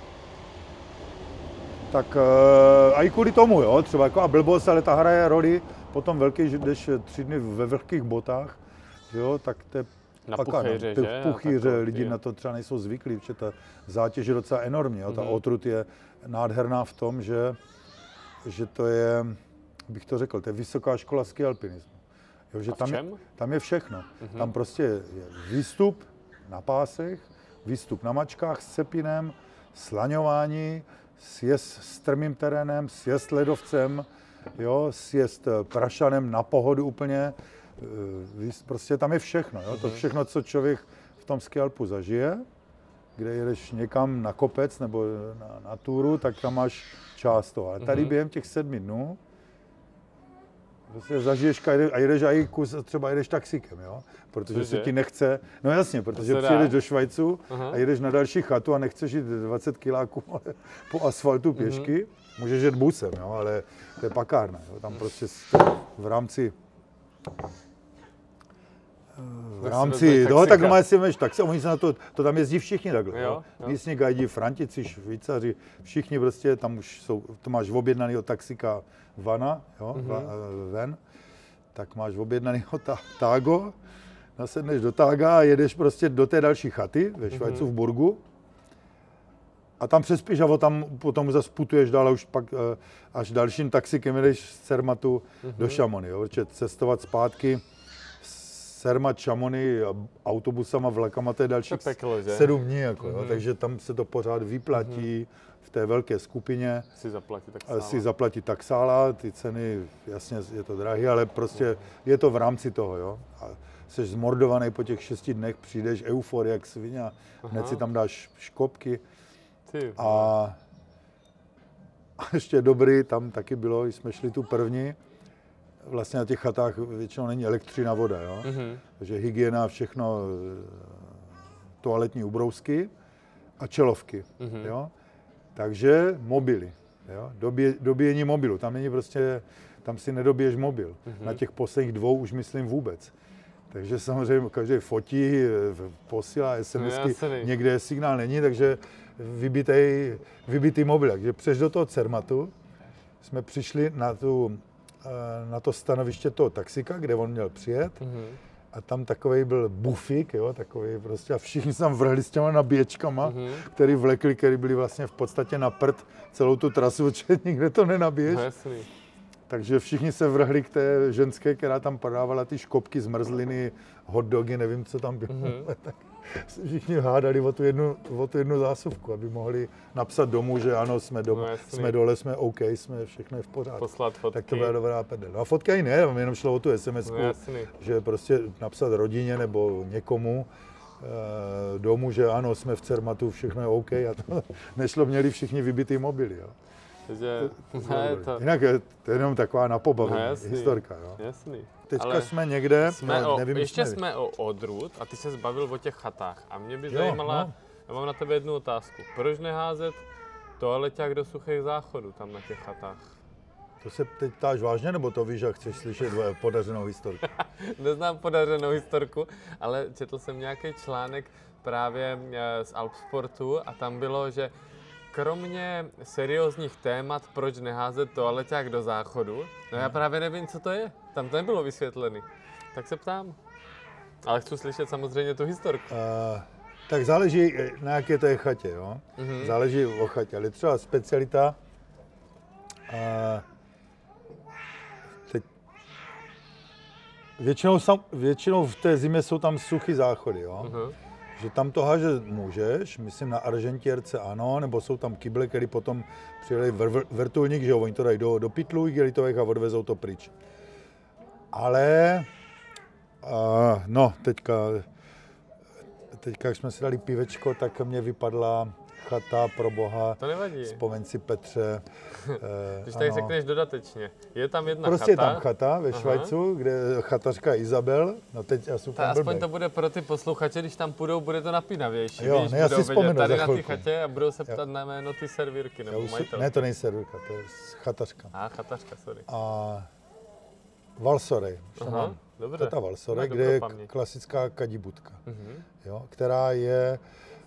tak uh, a i kvůli tomu, jo, třeba jako a blbost, ale ta hraje roli potom velký, že jdeš tři dny ve vlhkých botách, jo, tak to je na paka, puchýře, no, že? Puchýře, lidi na to třeba nejsou zvyklí, protože ta zátěž je docela enormní, jo, ta mm-hmm. otrut je nádherná v tom, že, že to je, bych to řekl, to je vysoká škola ski alpinismu. Jo, že a v tam, čem? Je, tam je všechno. Mm-hmm. Tam prostě je výstup na pásech, výstup na mačkách s cepinem, slaňování, sjezd strmým terénem, sjezd ledovcem, jo, sjezd prašanem na pohodu úplně. Prostě tam je všechno, jo? To všechno, co člověk v tom ski alpu zažije, kde jedeš někam na kopec nebo na, na túru, tak tam máš část toho. Ale tady během těch sedmi dnů prostě zažiješ a jedeš a i kus, třeba jedeš taxíkem, jo? Protože Cože? se ti nechce, no jasně, protože přijedeš do Švajcu Aha. a jedeš na další chatu a nechceš jít dvacet kiláků po asfaltu pěšky, uh-huh. můžeš jet busem, jo? Ale to je pakárna, jo? Tam prostě v rámci v rámci toho, tak máš si veš, tak se oni se na to, to tam jezdí všichni takhle, jo, jo. Místní gajdi, Frantici, Švýcaři, všichni prostě, tam už jsou, to máš objednanýho taxika vana, jo, mm-hmm. va, ven, tak máš objednanýho ta, tágo, nasedneš do tága a jedeš prostě do té další chaty ve Švajcu mm-hmm. v Burgu a tam přespíš a tam potom zase putuješ dál a už pak až dalším taxikem jedeš z Cermatu mm-hmm. do Chamonix, jo, protože cestovat zpátky Cermat, Chamonix, autobusama, vlakama, to je dalších peklo, sedm dní, jako, mm-hmm. jo, takže tam se to pořád vyplatí mm-hmm. v té velké skupině. Si zaplatí taxála. Si zaplatí taxála, ty ceny, jasně je to drahý, ale prostě mm-hmm. je to v rámci toho, jo. A jsi zmordovaný po těch šesti dnech, přijdeš euforie jak svině a hned si tam dáš škopky. Ty, a, a ještě dobrý, tam taky bylo, jsme šli tu první, vlastně na těch chatách většinou není elektřina, voda, jo? Mm-hmm. Takže hygiena, všechno, toaletní ubrousky a čelovky, mm-hmm. jo? Takže mobily, jo? Době, dobíjení mobilu, tam není prostě, tam si nedobiješ mobil. Mm-hmm. Na těch posledních dvou už myslím vůbec. Takže samozřejmě každý fotí, posílá SMSky, no, někde signál není, takže vybitej, vybitý mobil. Takže přeš do toho Cermatu jsme přišli na tu na to stanoviště toho taxika, kde on měl přijet mm-hmm. a tam takovej byl bufík, jo, takový prostě a všichni se tam vrhli s těma nabíječkama, mm-hmm. který vlekli, který byli vlastně v podstatě na prd celou tu trasu, protože nikde to nenabiješ. No, takže všichni se vrhli k té ženské, která tam podávala ty škopky, zmrzliny, hot dogy, nevím, co tam bylo. Mm-hmm. Tak všichni hádali o tu, jednu, o tu jednu zásuvku, aby mohli napsat domů, že ano, jsme, doma, no, jsme dole, jsme OK, jsme všechno je v pořádku. Poslat fotky. Tak to byla dobrá prdel. No a fotka ani ne, jenom šlo o tu SMSku, no, že prostě napsat rodině nebo někomu e, domů, že ano, jsme v Cermatu, všechno je OK a to nešlo, měli všichni vybitý mobily, jo. Takže, to, ne, to... Jinak je to jenom taková napobavení no, historka, jo. Jasný. Teďka ale jsme někde, jsme no, o, nevím, ještě jsme o odrůd a ty se zbavil o těch chatách a mě by jo, zajímala, no. Já mám na tebe jednu otázku. Proč neházet toaleťák do suchých záchodů tam na těch chatách? To se teď ptáš vážně, nebo to víš, jak chceš slyšet podařenou historku? Neznám podařenou historku, ale četl jsem nějaký článek právě z Alpsportu a tam bylo, že kromě seriózních témat, proč neházet toaleťák do záchodu, no já právě nevím, co to je. Tam to nebylo vysvětlený. Tak se ptám. Ale chci slyšet samozřejmě tu historku. Uh, tak záleží, na jaké to je chatě, jo. Mm-hmm. Záleží o chatě, ale třeba specialita. Uh, teď, většinou, sam, většinou v té zimě jsou tam suchý záchody, jo. Mm-hmm. že tam to hážet můžeš, myslím na Argentierce ano, nebo jsou tam kyble, který potom přijeli vr- vrtulník, že jo, oni to dají do, do pytlů igelitových a odvezou to pryč. Ale, uh, no, teďka, teďka, jak jsme si dali pivečko, tak mě vypadla chata, pro boha. To nevadí. Vzpomeň si Petře. Když tady řekneš dodatečně, je tam jedna prostě chata. Prostě je tam chata ve Švajcu, kde chatařka Izabel, no teď já jsem tam aspoň blbek. To bude pro ty posluchače, když tam půjdou, bude to napínavější. Jo, víš, ne, já si vzpomenu tady za na chvilku. té chatě a budou se ptat jo. na jméno ty servírky nebo majitelky. Ne, to není servírka, to je chatařka. A chatařka, sorry. A Valsorej. Aha, dobře. Chata Valsorej, kde je klasická kadibudka, uh-huh. jo, která je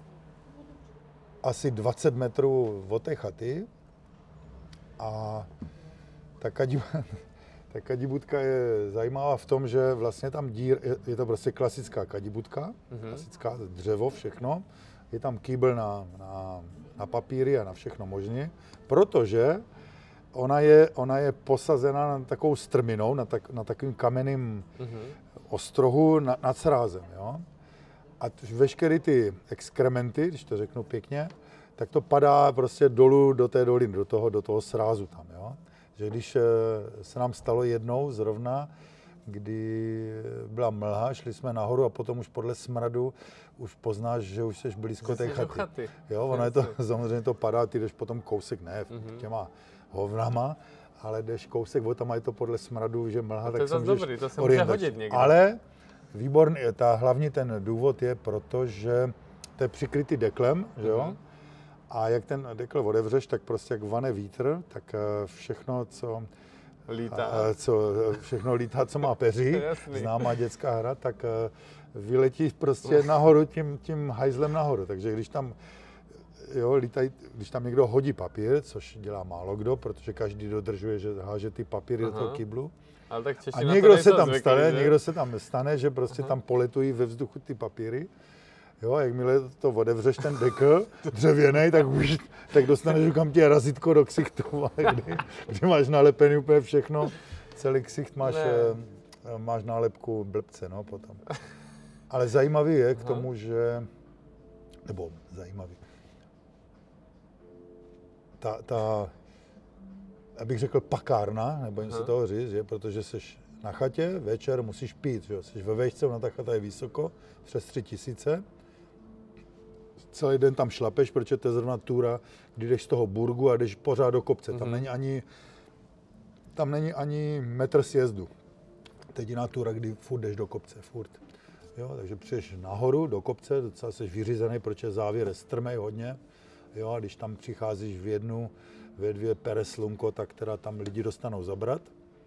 asi dvacet metrů od té chaty a ta, kadib, ta kadibudka je zajímavá v tom, že vlastně tam dír, je, je to prostě klasická kadibudka, mm-hmm. klasická dřevo, všechno, je tam kýbl na, na, na papíry a na všechno možné, protože ona je, ona je posazena na takovou strminou, na, tak, na takovým kamenným mm-hmm. ostrohu na, nad srázem, jo. A veškeré ty exkrementy, když to řeknu pěkně, tak to padá prostě dolů do té doliny, do toho, do toho srázu tam, jo. Že když se nám stalo jednou zrovna, kdy byla mlha, šli jsme nahoru a potom už podle smradu už poznáš, že už jsi blízko té chaty. chaty. Jo, ono je to, samozřejmě to padá, ty jdeš potom kousek, ne, mm-hmm. těma hovnama, ale jdeš kousek, bo tam je to podle smradu, že mlha, tak se můžeš dobrý, to se může hodit někde. Ale výborný, ta, hlavní ten důvod je proto, že to je přikrytý deklem, že jo? Mm-hmm. A jak ten dekl otevřeš, tak prostě jak vane vítr, tak všechno, co lítá, co, všechno lítá, co má peří, známá dětská hra, tak vyletí prostě nahoru tím, tím hajzlem nahoru. Takže když tam, jo, lítají, když tam někdo hodí papír, což dělá málo kdo, protože každý dodržuje, že háže ty papíry Aha. do toho kyblu, ale tak a někdo se tam zvyklý, stane, že? někdo se tam stane, že prostě Aha. tam poletují ve vzduchu ty papíry. Jo, a jakmile to otevřeš ten dekl dřevěnej, tak už tak dostaneš kam ti razítko do ksichtu, kdy, kdy máš nalepený úplně všechno, celý ksicht máš, máš nálepku blbce, no, potom. Ale zajímavý je k tomu, že, nebo zajímavý, ta, ta abych řekl pakárna, nebo jim se toho říct, že? Protože jsi na chatě, večer musíš pít, že? Jsi ve vejšce, ona ta chata je vysoko, přes tři tisíce. Celý den tam šlapeš, protože to je zrovna túra, kdy jdeš z toho burgu a jdeš pořád do kopce. Mm-hmm. Tam není ani, tam není ani metr sjezdu. To je jediná túra, kdy furt jdeš do kopce, furt. Jo, takže přijdeš nahoru do kopce, docela jsi vyřízený, protože závěr je strmej hodně. Jo, a když tam přicházíš v jednu, ve dvě pere slunko, tak teda tam lidi dostanou zabrat.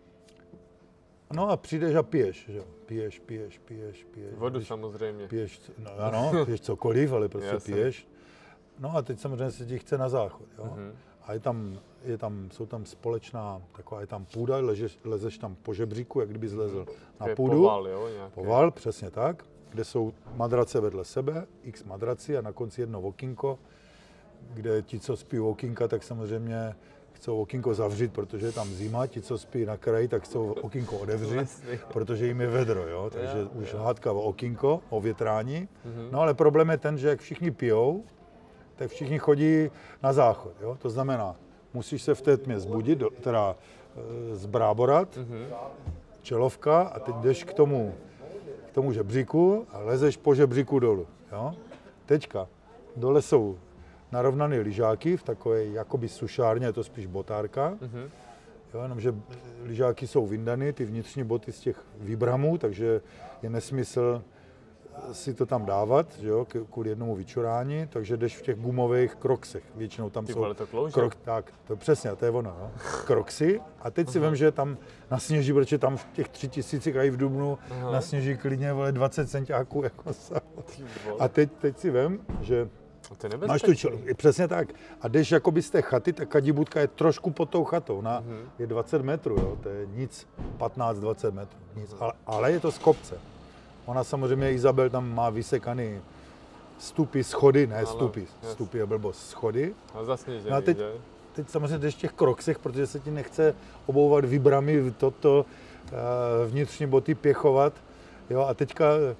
No a přijdeš a piješ, že jo. Piješ, piješ, piješ, piješ. Vodu když samozřejmě. Piješ, no ano, piješ cokoliv, ale prostě Jasně. piješ. No a teď samozřejmě se ti chce na záchod, jo. Mm-hmm. A je tam, je tam, jsou tam společná, taková je tam půda, ležeš, lezeš tam po žebříku, jak kdyby zlezl na půdu. Poval, jo, nějaké. Poval, přesně tak, kde jsou madrace vedle sebe, x madrací a na konci jedno okýnko, kde ti, co spí u okýnka, tak samozřejmě chcou okýnko zavřít, protože je tam zima, ti, co spí na kraji, tak chcou okýnko odevřít, protože jim je vedro, jo, takže jo, už jo. hádka o okýnko, o větrání. Mm-hmm. No ale problém je ten, že jak všichni pijou, tak všichni chodí na záchod, jo, to znamená, musíš se v té tmě zbudit, do, teda e, zbráborat, mm-hmm. čelovka a teď jdeš k tomu, k tomu žebříku a lezeš po žebříku dolů, jo. Teďka, dole jsou narovnané lyžáky v takové jakoby sušárně, je to spíš botárka. Mm-hmm. Jo, jenomže lyžáky jsou vyndané, ty vnitřní boty z těch výbramů, takže je nesmysl si to tam dávat, že jo, kvůli jednomu vyčurání, takže jdeš v těch gumových kroksech. Většinou tam ty jsou to krok, tak, to je přesně, to je ono, no. Kroksy. A teď si uh-huh. vem, že tam nasněží, protože tam v těch tři tisících a i v dubnu uh-huh. nasněží klidně vole dvacet centiáků jako sa. A teď, teď si vem, že to je máš tu čel, přesně tak. A jdeš jakoby z té chaty, ta kadibudka je trošku pod tou chatou, ona uh-huh. je dvacet metrů, jo, to je nic, patnáct dvacet metrů, nic, ale, ale je to z kopce. Ona samozřejmě, Izabel tam má vysekaný stupy, schody, ne stupy, stupy je blbost, schody. A zasněžený, no a teď, že? teď samozřejmě jdeš v těch kroksech, protože se ti nechce obouvat výbramy, toto, vnitřní boty pěchovat, jo, a teďka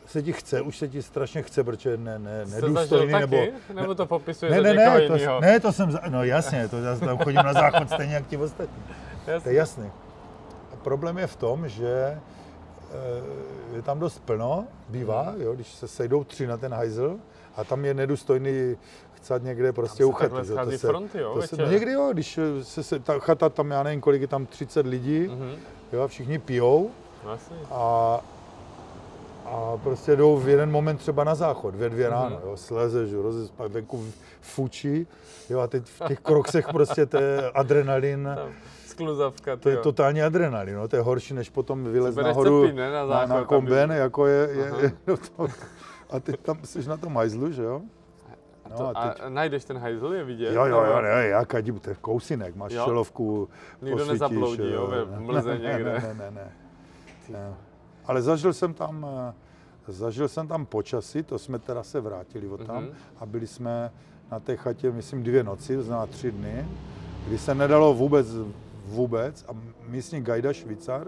se ti chce, už se ti strašně chce, protože ne, ne, Jste nedůstojný, zažil nebo... taky? Nebo to popisuje ne, za ne, někoho ne, to, jinýho? ne, to jsem, za, no jasně, to já tam chodím na záchod stejně jak ti ostatní. Jasně. To je jasný. A problém je v tom, že je tam dost plno, bývá, jo, když se sejdou tři na ten hajzl a tam je nedůstojný chcát někde prostě u chaty. Tam se takhle fronty, jo, to se, no někdy jo, když se, se ta chata tam, já nevím, kolik je tam třicet lidí, mm-hmm. jo, a všichni pijou vlastně. a, a prostě jdou v jeden moment třeba na záchod, ve dvě ráno, mm-hmm. jo, slezeš, rozespá, venku fučí, jo, a teď v těch kroksech prostě to je adrenalin. Tam. Skluzavka, to je totální adrenalin, no, to je horší, než potom vylez nahoru cepín, ne, na, záchod, na, na komben, jako je, je, je no to, a teď tam jsi na tom hajzlu, že jo? No, a, to, a, teď... a najdeš ten hajzl, je vidět? Jo, jo, jo, ne, jak ať to je kousinek, máš jo? šelovku, nikdo nezabloudí, jo, v mlze někde. Ne, ne, ne, ne. ne. Ale zažil jsem tam, zažil jsem tam počasí, to jsme teda se vrátili od tam mm-hmm. a byli jsme na té chatě, myslím, dvě noci, to znamená tři dny, kdy se nedalo vůbec vůbec a místní gajda Švýcar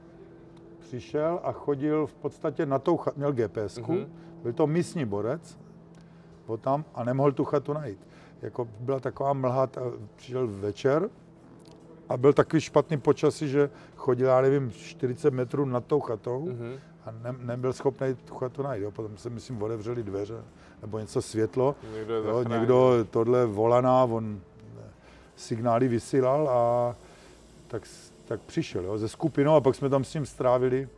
přišel a chodil v podstatě na tou chatu, měl GPSku, mm-hmm. byl to místní borec tam a nemohl tu chatu najít. Jako byla taková mlha, přišel večer a byl takový špatný počasí, že chodil, já nevím, čtyřicet metrů nad tou chatou mm-hmm. a ne, nebyl schopný tu chatu najít. Jo. Potom se, myslím, otevřeli dveře nebo něco světlo. Někdo, jo, někdo tohle volaná, on signály vysílal a tak, tak přišel, jo, ze skupinou a pak jsme tam s ním strávili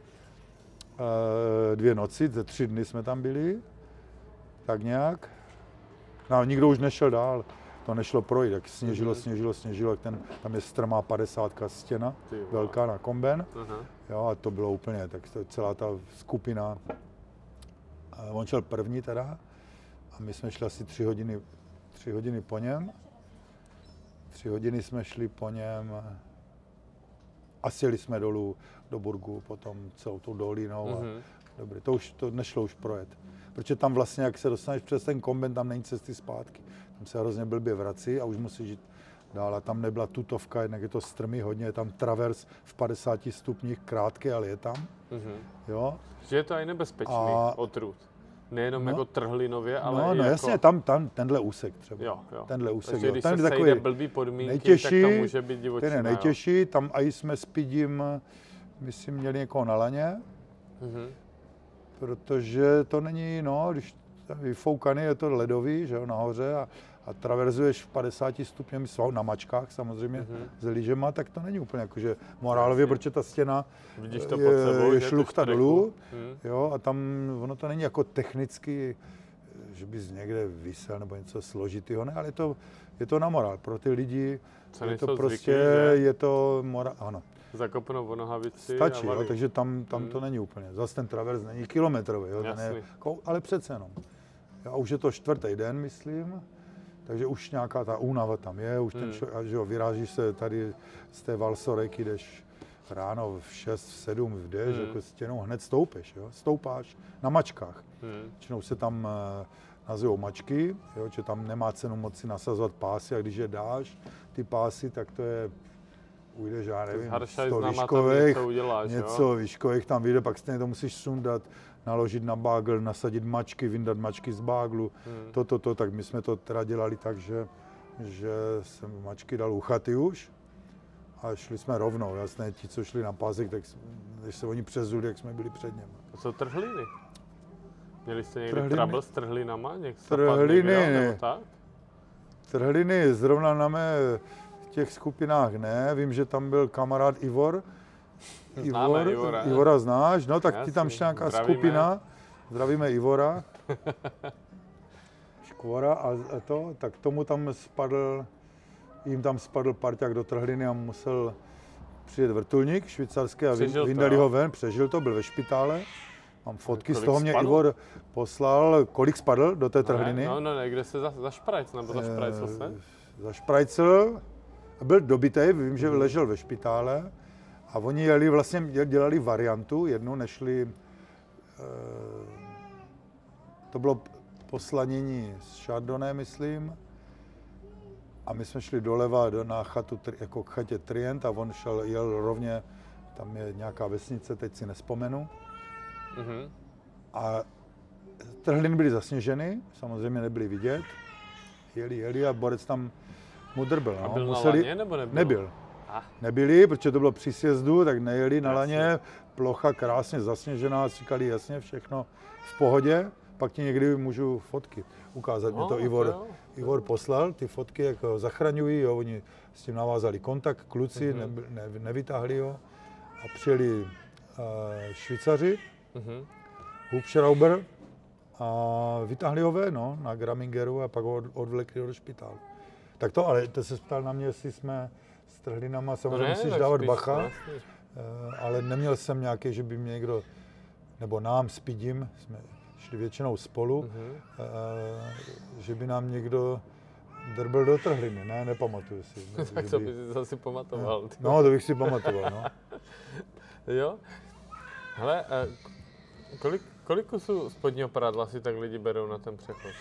e, dvě noci, ze tři dny jsme tam byli, tak nějak. No, nikdo už nešel dál, to nešlo projít, jak sněžilo, sněžilo, sněžilo, ten, tam je strmá padesátka stěna, velká na komben, uh-huh. jo, a to bylo úplně, tak to, celá ta skupina, e, on šel první teda a my jsme šli asi tři hodiny, tři hodiny po něm, tři hodiny jsme šli po něm, a sjeli jsme dolů do Burgu, potom celou tou dolinou a mm-hmm. dobrý, to už to nešlo už projet. Protože tam vlastně, jak se dostaneš přes ten komben, tam není cesty zpátky. Tam se hrozně blbě vrací a už musíš jít dál. A tam nebyla tutovka, jednak je to strmý hodně, je tam travers v padesáti stupních, krátký, ale je tam. Mm-hmm. Jo. Že je to aj nebezpečný a... odrůd. Nejenom no, jako trhlinově, ale no, i no jako... jasně, tam, tam tenhle úsek třeba. Jo, jo. Tenhle úsek, takže jo. když Ten se takový sejde blbý podmínky, nejtěžší, tak to může být divočina. Ten je nejtěžší, tam i jsme s Pidím, myslím, měli někoho na laně, mm-hmm. protože to není, no, když vyfoukaný, je to ledový, že jo, nahoře a, a traverzuješ v padesáti stupněmi na mačkách samozřejmě mm-hmm. s lyžema, tak to není úplně jakože morálově, protože ta stěna vidíš to je, pod sebou, je šluchta dolů, mm. jo, a tam ono to není jako technicky, že bys někde visel nebo něco složitýho, ne, ale je to, je to na morál. Pro ty lidi co je to prostě, zvyklí, je to morál, ano. Zakopnou o nohavici. Stačí, jo, takže tam, tam hmm. to není úplně. Zase ten travers není kilometrový, jo, ten je, ale přece jenom. A už je to čtvrtý den, myslím, takže už nějaká ta únava tam je, už hmm. ten člověk, že jo, vyrážíš se tady z té Valsoreky, jdeš ráno v šest, v sedm, v jdeš, hmm. jako stěnou, hned stoupeš, jo, stoupáš na mačkách. Hmm. Činou se tam uh, nazývou mačky, jo, že tam nemá cenu moc si nasazovat pásy, a když je dáš ty pásy, tak to je, ujdeš, já nevím, sto výškových, uděláš, něco výškových tam vyjde, pak stejně to musíš sundat, naložit na bágl, nasadit mačky, vyndat mačky z báglu, hmm. to, to, to, tak my jsme to teda dělali tak, že, že jsem mačky dal u chaty už a šli jsme rovnou, jasně, ti, co šli na pásek, tak když se oni přezuli, jak jsme byli před něm. To jsou trhliny? Měli jste někdy trouble s trhlinama? Trhliny, ne. Trhliny zrovna na mé těch skupinách ne, vím, že tam byl kamarád Ivor. Ivor, Ivora, Ivora znáš, no tak jasný, ti tam šla nějaká zdravíme. skupina, zdravíme Ivora, Škvora a, a to, tak tomu tam spadl, jim tam spadl parťák do trhliny a musel přijet vrtulník švýcarský a přežil vyndali to, ho ven, přežil to, byl ve špitále. Mám fotky, z toho mě spadl? Ivor poslal, kolik spadl do té trhliny. No, no, ne, kde se za, zašprajc, nebo zašprajcl se? E, zašprajcl, byl dobitej, vím, že ležel ve špitále. A oni jeli, vlastně dělali variantu, jednu nešli, e, to bylo poslanění z Chardonnay, myslím, a my jsme šli doleva do, na chatu, jako k chatě Trient a on šel, jel rovně, tam je nějaká vesnice, teď si nespomenu. Mm-hmm. A trhliny byly zasněženy, samozřejmě nebyly vidět. Jeli, jeli a borec tam mu drbil. No. A byl Museli... na laně, nebo nebyl? Nebyl. Ah. Nebyli, protože to bylo při sjezdu, tak nejeli na laně, plocha krásně zasněžená, říkali jasně, všechno v pohodě. Pak ti někdy můžu fotky ukázat. No, mě to Ivor, to Ivor poslal, ty fotky, jak ho zachraňují, jo, oni s tím navázali kontakt, kluci, mm-hmm. ne, ne, nevytáhli ho a přijeli uh, Švýcaři, mm-hmm. Hubschrauber a vytáhli ho ven, no, na Gramingeru a pak ho odvlekli do špitálu. Tak to, ale to se ptal na mě, jestli jsme s trhlinama, samozřejmě no musíš dávat bacha, vlastně. uh, ale neměl jsem nějaký, že by mě někdo, nebo nám s Pidím, jsme šli většinou spolu, mm-hmm. uh, že by nám někdo drbil do trhliny, ne, nepamatuju si. Ne, tak to by si zase pamatoval. Ty. No, to bych si pamatoval, no. Jo? Hele, kolik, kolik kusů spodního prádla si tak lidi berou na ten přechod?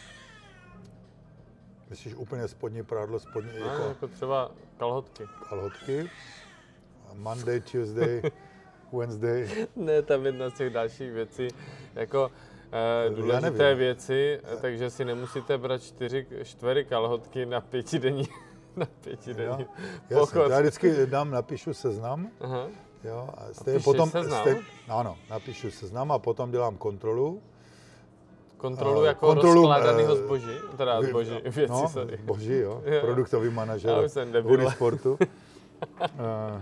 Myslíš úplně spodní prádlo, spodní no, jako... jako třeba kalhotky. Kalhotky. Monday, Tuesday, Wednesday. Ne, tam jedna z těch dalších věcí, jako uh, důležité věci, takže si nemusíte brát čtyři, čtyři kalhotky na pětidenní, na pětidenní jo, pochod. Já vždycky dám, napíšu seznam. Aha. Jo, a stejně potom, seznam? Stej, ano, napíšu seznam a potom dělám kontrolu. Kontrolu uh, jako kontrolu, rozkládaného zboží? Teda zboží, věci, no, sorry. Zboží, jo, jo. Produktový manažer Unisportu. uh,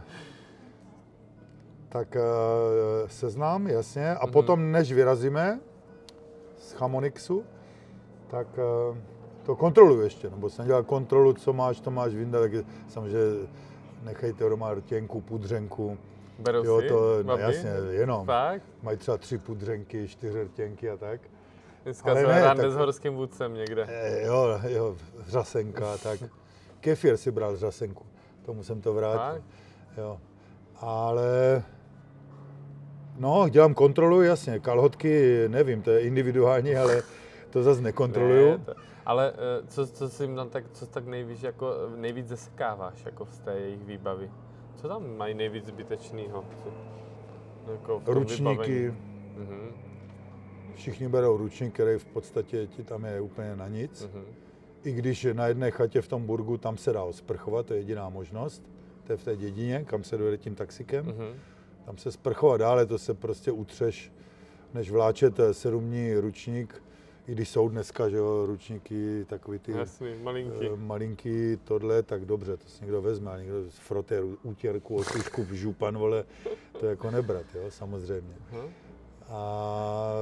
tak uh, seznam, jasně. A mm-hmm. potom, než vyrazíme z Chamonixu, tak uh, to kontroluji ještě. Nebo jsem dělal kontrolu, co máš, to máš vyndat, tak samozřejmě nechejte doma rtěnku, pudřenku. Berou jo, si? To, no, jasně, jenom. Fakt? Mají třeba tři pudřenky, čtyři rtěnky a tak. Dneska jsem rande s horským vůdcem někde. Jo, jo, řasenka, tak. Kefir si bral řasenku, tomu jsem to vrátil. Jo. Ale, no, dělám kontrolu, jasně, kalhotky, nevím, to je individuální, ale to zase nekontroluju. Ne, to, ale co, co si jim tak, co tak nejvíc, jako, nejvíc zasekáváš jako z té jejich výbavy? Co tam mají nejvíc zbytečného? Jako ručníky. Mhm. Všichni berou ručník, který v podstatě ti tam je úplně na nic. Mm-hmm. I když na jedné chatě v tom burgu tam se dá osprchovat, to je jediná možnost. To je v té dědině, kam se dojede tím taxikem. Mm-hmm. Tam se sprchovat dále, to se prostě utřeš, než vláčet sedmní ručník. I když jsou dneska, že jo, ručníky, takový ty Jasný, malinký. Uh, malinký, tohle, tak dobře, to si někdo vezme, a někdo froté útěrku, otužku v župan, vole, to je jako nebrat, jo, samozřejmě. Uh-huh. A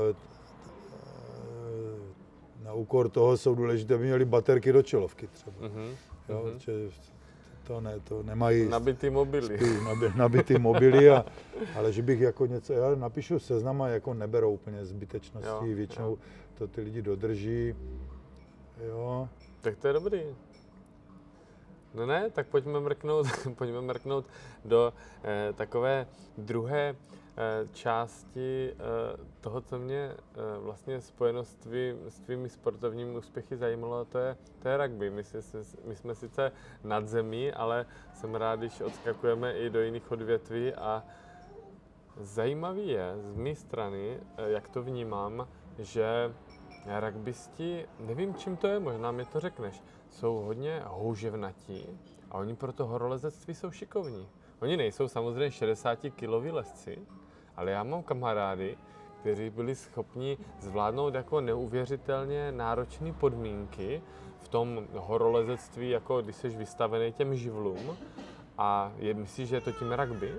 na úkor toho jsou důležité, aby měli baterky do čelovky třeba. Uh-huh. Jo, uh-huh. To, ne, to nemají... Nabitý mobily. Spí, nabi, nabitý mobily, a, ale že bych jako něco, já napíšu seznam a jako neberou úplně zbytečnosti, jo, většinou jo. To ty lidi dodrží, jo. Tak to je dobrý. No ne, tak pojďme mrknout, pojďme mrknout do eh, takové druhé eh, části eh, toho, co mě eh, vlastně spojeno s, tvý, s tvými sportovními úspěchy zajímalo, to je, to je rugby. My, si, my jsme sice nad zemí, ale jsem rád, když odskakujeme i do jiných odvětví a zajímavý je z mé strany, eh, jak to vnímám, že rugbysti, nevím, čím to je, možná mi to řekneš, jsou hodně houževnatí a oni pro to horolezectví jsou šikovní. Oni nejsou samozřejmě šedesátikiloví lezci, ale já mám kamarády, kteří byli schopni zvládnout jako neuvěřitelně náročné podmínky v tom horolezectví, jako když jsi vystavený těm živlům. A je, myslíš, že je to tím rugby?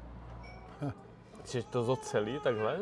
Že to zocelí takhle?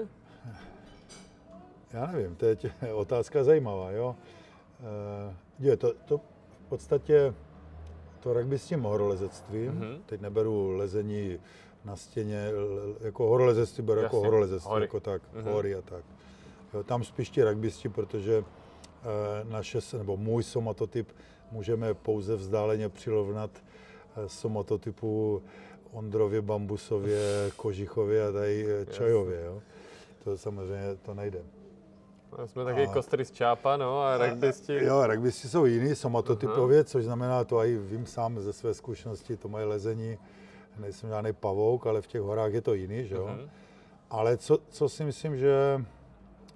Já nevím, to je tě, otázka zajímavá, jo. E, je, to, to v podstatě to rugby s tím horolezectvím, mm-hmm. teď neberu lezení na stěně, jako horolezectví beru jako horolezectví, jako tak, mm-hmm. hory a tak. Jo, tam spíš ti rugbysti, protože e, naše, nebo můj somatotyp můžeme pouze vzdáleně přirovnat e, somatotypu Ondrově, Bambusově, Kožichově a tady Čajově, jo. To samozřejmě to nejde. No, jsme taky kostry z Čápa, no, a rugbysti. Jo, rugbysti jsou jiný, somatotypově, což znamená, to i vím sám ze své zkušenosti, to moje lezení, nejsem žádný pavouk, ale v těch horách je to jiný, že jo. Uh-huh. Ale co, co si myslím, že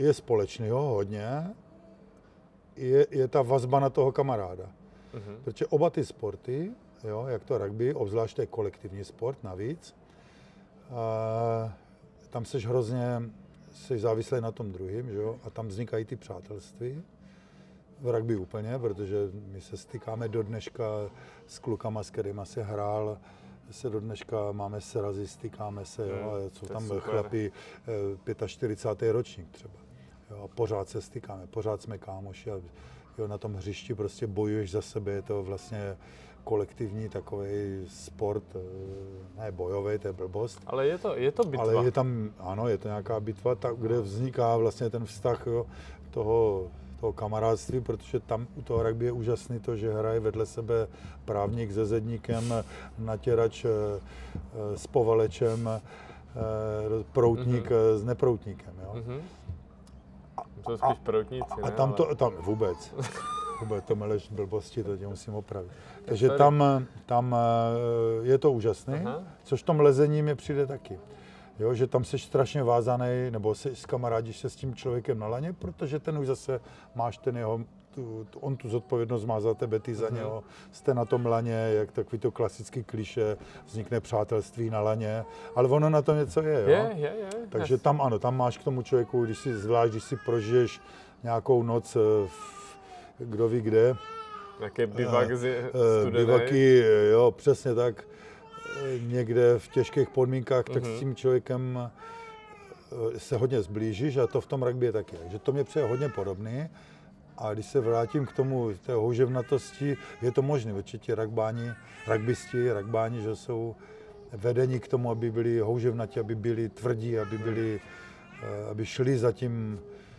je společného hodně, je, je ta vazba na toho kamaráda. Mm-hmm. Protože oba ty sporty, jo, jak to rugby, obzvlášť to je kolektivní sport navíc, a tam seš hrozně, seš závislý na tom druhým, že jo, a tam vznikají ty přátelství. V rugby úplně, protože my se stykáme do dneška s klukama, s kterými se hrál, se do dneška máme srazy, stykáme se, jo, a jsou tam super. Chlapi čtyřicátý pátý ročník třeba. Jo, a pořád se stykáme, pořád jsme kámoši a jo, na tom hřišti prostě bojuješ za sebe, je to vlastně kolektivní takový sport, ne bojový, to je blbost. Ale je to, je to bitva. Ale je tam, ano, je to nějaká bitva, tak, kde vzniká vlastně ten vztah, jo, toho, toho kamarádství, protože tam u toho rugby je úžasný to, že hraje vedle sebe právník se zedníkem, natěrač s povalečem, proutník mm-hmm. s neproutníkem. Jo. Mm-hmm. To spíš proutníci, a, a ne, tam ale... to, tam vůbec, vůbec to meleš blbosti, to tě musím opravit. Takže tam, tam je to úžasný, aha. Což v tom lezení mi přijde taky. Jo, že tam jsi strašně vázaný, nebo jsi s kamarádíš se s tím člověkem na laně, protože ten už zase máš ten jeho, tu, on tu zodpovědnost má za tebe, ty za mm-hmm. něho, jste na tom laně, jak takový to klasický klišé, vznikne přátelství na laně, ale ono na tom něco je, jo? Je, je, je. Takže tam ano, tam máš k tomu člověku, když si zvlášť, když si prožiješ nějakou noc, v, kdo ví kde. Jaké bivak studené. Bivaky, jo, přesně tak. Někde v těžkých podmínkách, tak mm-hmm. s tím člověkem se hodně zblížíš a to v tom rugby je taky. Takže to mě přijde hodně podobný. A když se vrátím k tomu, té houževnatosti, je to možné. Určitě rugbáni, rugbysti, rugbáni, že jsou vedení k tomu, aby byli houževnatí, aby byli tvrdí, aby byli, aby šli za tím,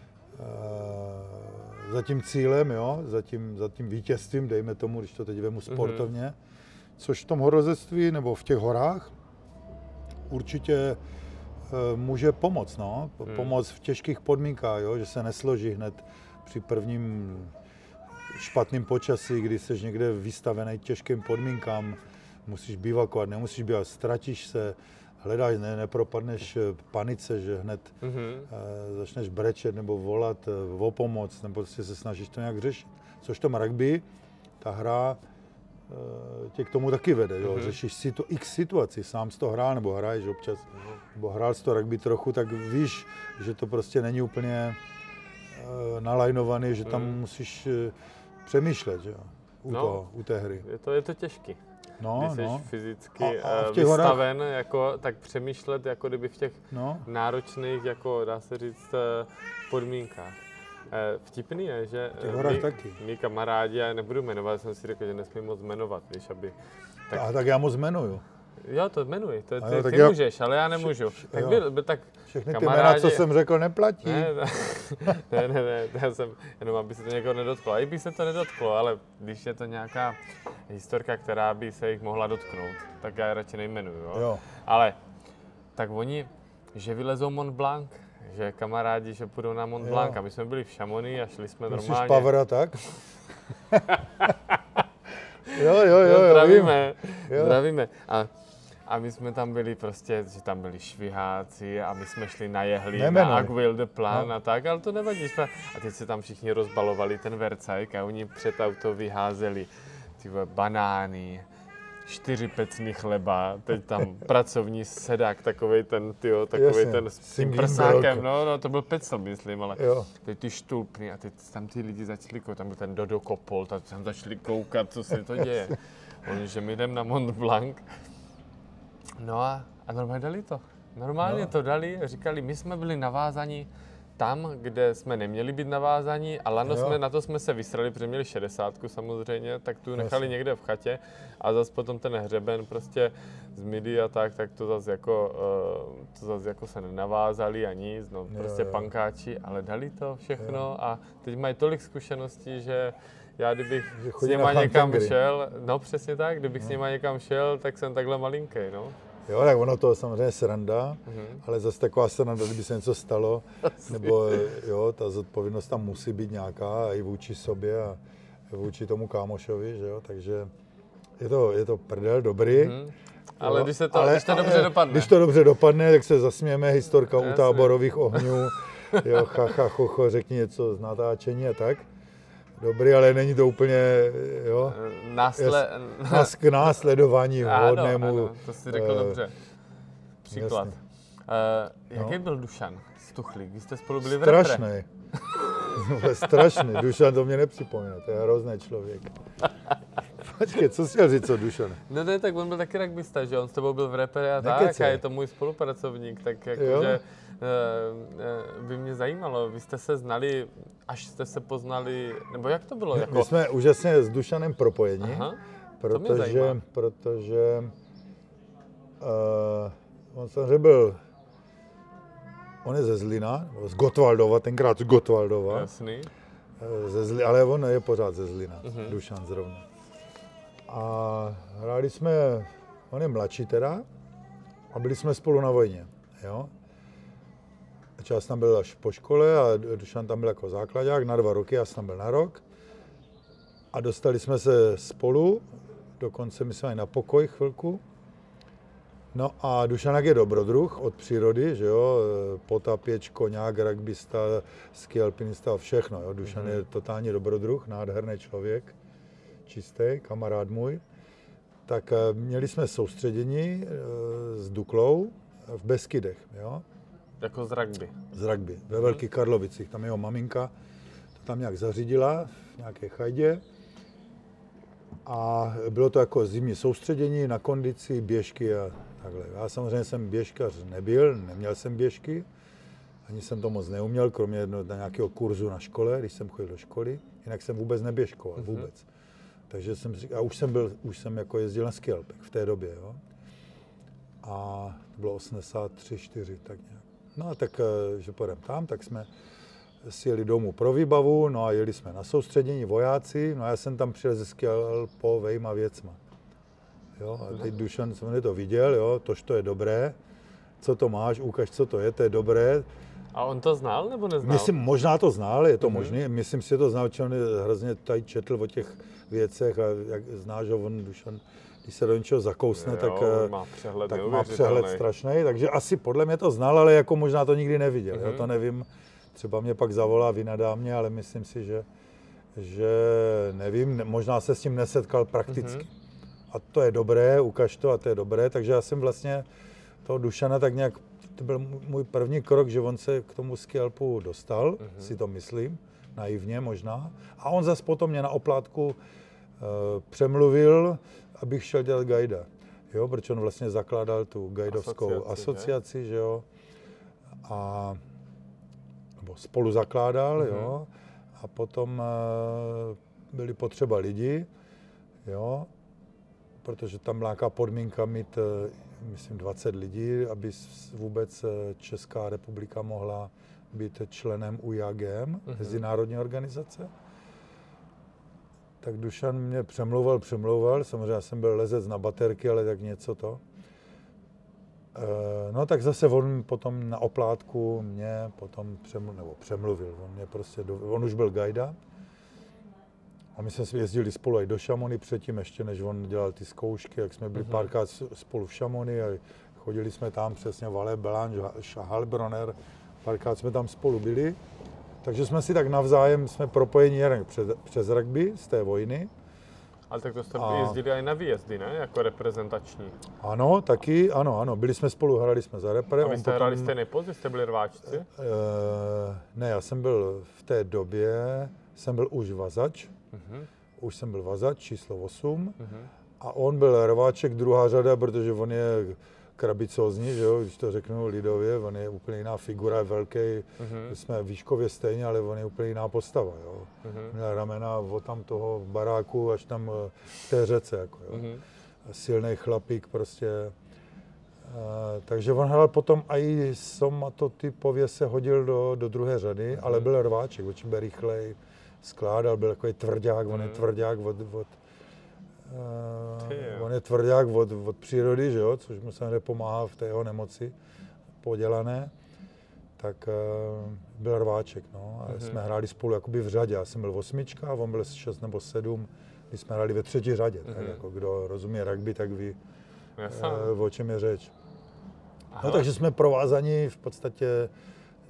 za tím cílem, jo? Za tím, za tím vítězstvím, dejme tomu, když to teď vemu sportovně. Mm-hmm. Což v tom horolezectví nebo v těch horách určitě e, může pomoct, no? Pomoct v těžkých podmínkách, jo? Že se nesloží hned při prvním špatným počasí, kdy jsi někde vystavený těžkým podmínkám, musíš bivakovat, nemusíš bývat, ztratíš se, hledáš, ne, nepropadneš panice, že hned mm-hmm. e, začneš brečet nebo volat e, o pomoc, nebo se snažíš to nějak řešit. Což v tom rugby, ta hra tě k tomu taky vede, jo? Mm-hmm. Řešíš si to x situací, sám jsi to hrál nebo hraješ občas, mm-hmm. nebo hrál jsi to rugby trochu, tak víš, že to prostě není úplně uh, nalajnovaný, že tam mm. musíš uh, přemýšlet, jo? U, no, toho, u té hry. Je to, je to těžký. No, Když jsi no. fyzicky a, a v vystaven, horách... jako, tak přemýšlet, jako kdyby v těch no. náročných, jako dá se říct, podmínkách. Vtipný je, že mý kamarádi, já nebudu jmenovat, jsem si řekl, že nesmím moc jmenovat, víš, aby... Tak... A tak já moc jmenuju. Jo, to jmenuj, to, ty, jo, ty já... můžeš, ale já nemůžu. Vš, tak by, by, tak všechny kamarádi... ty jména, co jsem řekl, neplatí. Ne, ne, ne, ne, já jsem, jenom aby se to někoho nedotklo. A i by se to nedotklo, ale když je to nějaká historka, která by se jich mohla dotknout, tak já je radši nejmenuju, jo. jo. Ale, tak oni, že vylezou Mont Blanc, že kamarádi, že půjdou na Mont Blanc. A my jsme byli v Chamonix a šli jsme Myslíš normálně. Pavera, tak? jo, jo, jo, no, zdravíme, jo. zdravíme. A, a my jsme tam byli prostě, že tam byli šviháci a my jsme šli na jehli, Nemenuj. na Aiguille de Plan no. a tak, ale to nevadí. A teď se tam všichni rozbalovali ten vercajk a oni před auto vyházeli ty banány, čtyři pecný chleba, teď tam pracovní sedák, takovej ten, tyjo, takovej ten s tím prsákem, no, no, to byl pecl, myslím, ale jo. Teď ty štulpny a teď tam ty lidi začali koukat, tam byl ten Dodo Kopol, tak tam začali koukat, co se to děje. Oni, že my jdeme na Mont Blanc, no a, a normálně dali to, normálně no. to dali, říkali, my jsme byli navázaní tam, kde jsme neměli být navázaní a lano jsme, na to jsme se vysrali, protože měli šedesátku samozřejmě, tak tu nechali Jasně. někde v chatě a zase potom ten hřeben prostě z midi a tak, tak to zase jako, uh, to zase jako se nenavázali a nic, no prostě jo, jo. pankáči, ale dali to všechno jo. a teď mají tolik zkušeností, že já kdybych s nima někam šel, no přesně tak, kdybych no. s nima někam šel, tak jsem takhle malinký, no. Jo, tak ono to samozřejmě sranda, mm-hmm. ale zase taková sranda, kdyby se něco stalo, nebo jo, ta zodpovědnost tam musí být nějaká i vůči sobě a vůči tomu kámošovi, že jo, takže je to, je to prdel dobrý. Mm-hmm. Ale když, se to, ale, když to dobře dopadne. Když to dobře dopadne, tak se zasmějeme, historka u táborových ohňů jo, chacha, chocho, řekni něco z natáčení a tak. Dobrý, ale není to úplně, jo, Násle... Nás, k následování hodnému. Ano, ano, to si řekl uh, dobře. Příklad. Uh, jaký no. byl Dušan z Tuchlík? Vy jste spolu byli v repre? Strašný. Strašný. Dušan to mě nepřipomíná, to je hrozný člověk. Počkej, co jsi chtěl říct o Dušane? No ne, tak on byl taky rugbysta, že on s tebou byl v repre a tak a je to můj spolupracovník, tak jakože by mě zajímalo, vy jste se znali, až jste se poznali, nebo jak to bylo? Jako... My jsme úžasně s Dušanem propojeni, Aha, protože, protože uh, on samozřejmě byl, on je ze Zlína, z Gottwaldova, tenkrát z Gottwaldova. Jasný. Ze Zli, ale on je pořád ze Zlína, uh-huh. Dušan zrovna. A hráli jsme, on je mladší teda, a byli jsme spolu na vojně, jo. Čas tam byl až po škole a Dušan tam byl jako základák na dva roky, já jsem tam byl na rok. A dostali jsme se spolu, dokonce my jsme i na pokoj chvilku. No a Dušanak je dobrodruh od přírody, že jo, potapěč, koňák, rugbysta, ski alpinista, všechno, jo. Dušan mm-hmm. je totálně dobrodruh, nádherný člověk, čistý, kamarád můj. Tak měli jsme soustředění s Duklou v Beskydech, jo. Jako z rugby? Z rugby, ve Velkých Karlovicích, tam jeho maminka to tam nějak zařídila, v nějaké chajdě. A bylo to jako zimní soustředění na kondici, běžky a takhle. Já samozřejmě jsem běžkař nebyl, neměl jsem běžky, ani jsem to moc neuměl, kromě jedno, nějakého kurzu na škole, když jsem chodil do školy, jinak jsem vůbec neběžkoval, mm-hmm. vůbec. Takže jsem říkal, a už jsem byl, už jsem jako jezdil na ski alpech v té době, jo. A to bylo osmdesát tři čtyři, tak nějak. No a tak, že půjdeme tam, tak jsme si jeli domů pro výbavu, no a jeli jsme na soustředění vojáci, no a já jsem tam přijel ze ski alpovejma věcma. Jo, a teď Dušan jsem to viděl, jo, tož to je dobré, co to máš, ukaž, co to je, to je dobré. A on to znal nebo neznal? Myslím, možná to znal, je to mm-hmm. možné, myslím si, že to znal, že on hrozně tady četl o těch věcech a jak znáš ho, on Dušan, když se do něčeho zakousne, jo, tak, má přehled, tak má přehled strašný, takže asi podle mě to znal, ale jako možná to nikdy neviděl, mm-hmm. jo, to nevím, třeba mě pak zavolá, vynadá mě, ale myslím si, že, že nevím, možná se s tím nesetkal prakticky. Mm-hmm. A to je dobré, ukaž to a to je dobré, takže já jsem vlastně toho Dušana tak nějak, to byl můj první krok, že on se k tomu ski alpu dostal, mm-hmm. si to myslím, naivně možná. A on zase potom mě na oplátku uh, přemluvil, abych šel dělat guida, jo, protože on vlastně zakládal tu guidovskou asociaci, asociaci že jo, a nebo spolu zakládal, mm-hmm. jo, a potom uh, byly potřeba lidi, jo, protože tam byla nějaká podmínka mít, myslím, dvacet lidí, aby vůbec Česká republika mohla být členem U I A G M, mm-hmm. mezinárodní organizace. Tak Dušan mě přemlouval, přemlouval, samozřejmě já jsem byl lezec na baterky, ale tak něco to. No tak zase on potom na oplátku mě potom přemluvil, nebo přemluvil, on mě prostě, do, on už byl guida. A my jsme jezdili spolu i do Šamony předtím, ještě než on dělal ty zkoušky, jak jsme byli mm-hmm. párkrát spolu v Šamony a chodili jsme tam přesně Valais, Belange, Heilbronner, párkrát jsme tam spolu byli. Takže jsme si tak navzájem, jsme propojeni jen přes, přes rugby z té vojny. Ale tak to jste a... jezdili i na výjezdy, ne? Jako reprezentační. Ano, taky, ano, ano. Byli jsme spolu, hrali jsme za repre. A vy jste potom... hrali stejný post, vy jste byli rváčci? E, ne, já jsem byl v té době, jsem byl už vazač. Uh-huh. Už jsem byl vazač, číslo osm. Uh-huh. A on byl rváček druhá řada, protože on je krabicózní, že jo, když to řeknu lidově, on je úplně jiná figura, je velký, uh-huh. jsme výškově stejně, ale on je úplně jiná postava, jo. Uh-huh. Měl ramena od tam toho baráku až tam v té řece, jako jo. Uh-huh. Silný chlapík prostě. Uh, takže on hrál potom i somatotypově se hodil do, do druhé řady, uh-huh. ale byl rváček, očím byl rychlej, skládal, byl takový tvrdák, on je tvrdák od, od Uh, on je tvrdák od, od přírody, že jo, což mu se nepomáhá v té jeho nemoci podělané, tak uh, byl rváček, no, a mm-hmm. jsme hráli spolu jakoby v řadě, já jsem byl osmička a on byl šest nebo sedm, když jsme hráli ve třetí řadě, mm-hmm. tak jako kdo rozumí rugby, tak ví, uh, o čem je řeč. Aha. No takže jsme provázaní v podstatě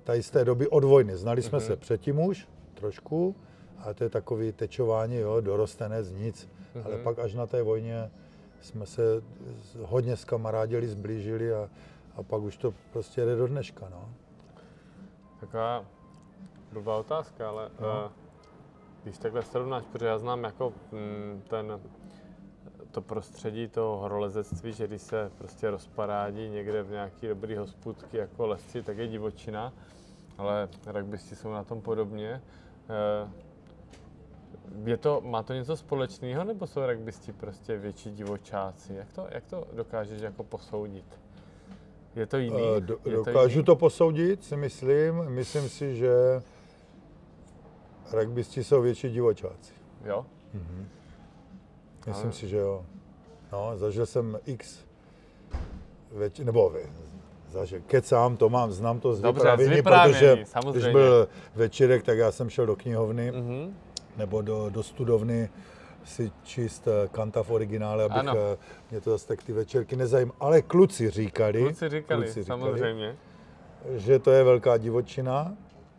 tady z té doby od vojny. Znali jsme mm-hmm. se předtím už trošku, ale to je takový tečování, jo, dorostenec, nic. Mm-hmm. Ale pak až na té vojně jsme se hodně zkamarádili, zblížili a, a pak už to prostě jde do dneška, no. Taková blbá otázka, ale no. uh, když takhle srovnáš, protože já znám jako mm, ten, to prostředí toho horolezectví, že když se prostě rozparádí někde v nějaký dobrý hospůdky jako lesci, tak je divočina, ale rugbysti jsou na tom podobně. Uh, je to, má to něco společného, nebo jsou rugbysti prostě větší divočáci? Jak to, jak to dokážeš jako posoudit? Je to jiný? Uh, do, je dokážu to, jiný? to posoudit, si myslím. Myslím si, že rugbysti jsou větší divočáci. Jo? Mhm. Myslím Ale... si, že jo. No, zažil jsem x, več, nebo zažil, kecám, to mám, znám to z Dobře, vyprávění, z vyprávění, protože samozřejmě. když byl večírek, tak já jsem šel do knihovny, Mhm. nebo do, do studovny si číst Kanta v originále, abych Ano. mě to zase tak ty večerky nezajímaly. Ale kluci říkali, Kluci říkali, kluci říkali, samozřejmě. že to je velká divočina.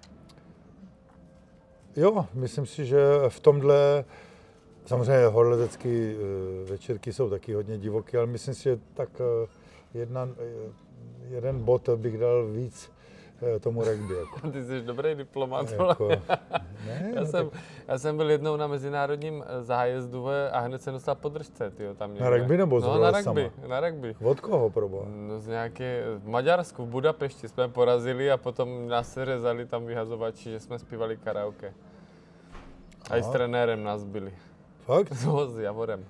Jo, myslím si, že v tomhle, samozřejmě horolezecké večerky jsou taky hodně divoké, ale myslím si, že tak jedna, jeden bod bych dal víc tomu rugby. Jako. Ty jsi dobrý diplomat. Jako, ne, já, no jsem, tak... já jsem byl jednou na mezinárodním zájezdu a hned jsem dostal podržce. Tyjo, tam na rugby nebo no, na rugby, na rugby. Od koho proboha? No, z nějaké, v Maďarsku, v Budapešti jsme porazili a potom nás se řezali tam vyhazovači, že jsme zpívali karaoke. A i s trenérem nás byli. Fakt? No, s Javorem.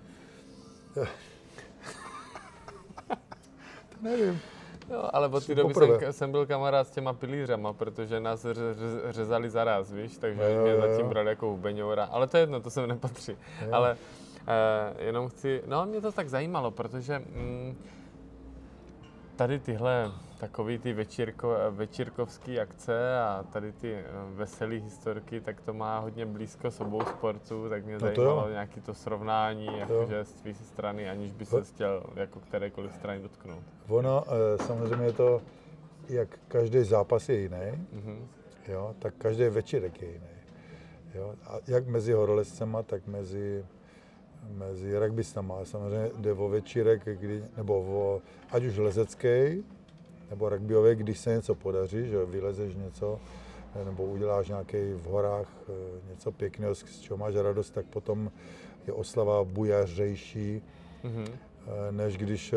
To nevím. Jo, ale od té doby jsem, jsem byl kamarád s těma pilířema, protože nás ře, ře, řezali zaraz, víš, takže jo, mě jo, zatím brali jako hubeňoura. Ale to je jedno, to sem nepatří. Jo. Ale eh, jenom chci, no mě to tak zajímalo, protože mm, tady tyhle takový ty večírko, večírkovský akce a tady ty veselé historky, tak to má hodně blízko s obou sportů, tak mě no zajímalo nějaké to srovnání, jakože z tvý strany, aniž by se chtěl jako kterékoliv strany dotknout. Ono, samozřejmě je to, jak každý zápas je jiný, mm-hmm. jo, tak každý večírek je jiný. Jo, a jak mezi horolezcema, tak mezi, mezi rugbystama. Samozřejmě jde o večírek, kdy, nebo o, ať už lezecký, nebo rugbyový, když se něco podaří, že vylezeš něco, nebo uděláš nějaký v horách něco pěkného, z čeho máš radost, tak potom je oslava bujařejší, mm-hmm. než když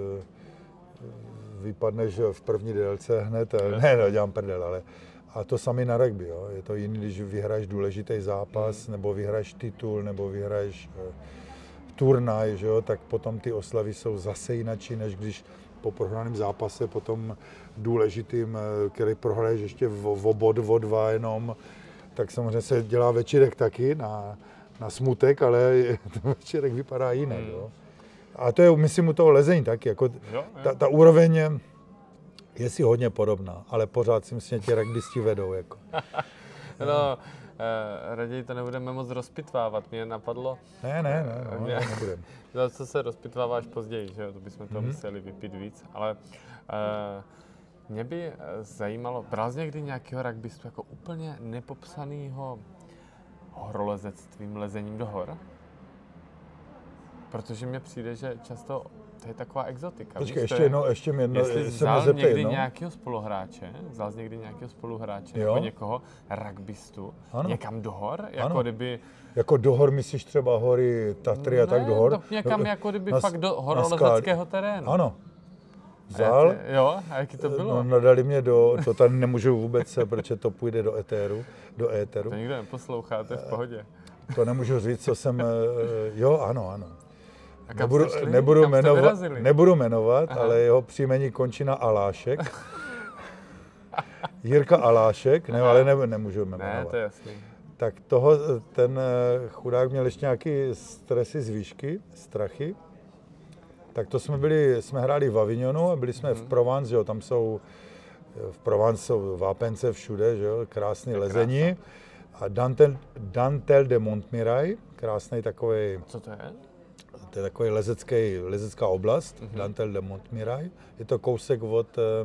vypadneš v první délce hned. Ne, no, dělám prdel, ale a to samé na rugby, jo. Je to jiný, když vyhraješ důležitý zápas, mm. nebo vyhraješ titul, nebo vyhraješ turnaj, že jo, tak potom ty oslavy jsou zase jinačí, než když po prohraném zápase, potom důležitým, který prohraješ ještě v, v bod, o dva jenom, tak samozřejmě se dělá večírek taky na, na smutek, ale ten večírek vypadá jinak. Hmm. Jo. A to je, myslím, u toho lezení taky, jako jo, jo. Ta, ta úroveň je, je si hodně podobná, ale pořád si myslím, že ti rugbysti vedou. Jako. No, eh, raději to nebudeme moc rozpitvávat, mě napadlo. Ne, ne, ne, no, mě, nebudeme. Za co se rozpitváváš později, že jo, to bychom to mm-hmm. museli vypít víc, ale eh, mě by zajímalo, bral jsi někdy nějakého rugbystu jako úplně nepopsanýho horolezectvím, lezením do hor? Protože mně přijde, že často to je taková exotika. Počkej, ještě jedno, ještě mi jedno, jestli vzal zeptej, někdy no? nějakého spoluhráče, vzal jsi někdy nějakého spoluhráče jo? nebo někoho rugbystu ano. někam do hor? Jako ano. kdyby... Jako do hor myslíš třeba hory Tatry a ne, tak do hor? Ne, někam jako kdyby na, fakt do horolezeckého terénu. Ano. Vzal. A jo, a jaký to bylo? No, nadali mě do, to tady nemůžu vůbec, protože to půjde do éteru, do éteru. To nikdo neposlouchá, to je v pohodě. To nemůžu říct, co jsem, jo, ano, ano. A nebudu, šli? nebudu, jmenovat, nebudu jmenovat, Aha. ale jeho příjmení končí na Alášek. Jirka Alášek, ne, ale ne, nemůžu jmenovat. Ne, to je jasný. Tak toho, ten chudák měl ještě nějaký stresy z výšky, strachy. Tak to jsme byli, jsme hráli v Avignonu a byli jsme mm-hmm. v Provence, že jo, tam jsou, v Provence jsou vápence všude, že jo, krásný lezení. Krása. A Dantel, Dantel de Montmirail, krásný takový. Co to je? To je takový lezecký, lezecká oblast, mm-hmm. Dantel de Montmirail. Je to kousek od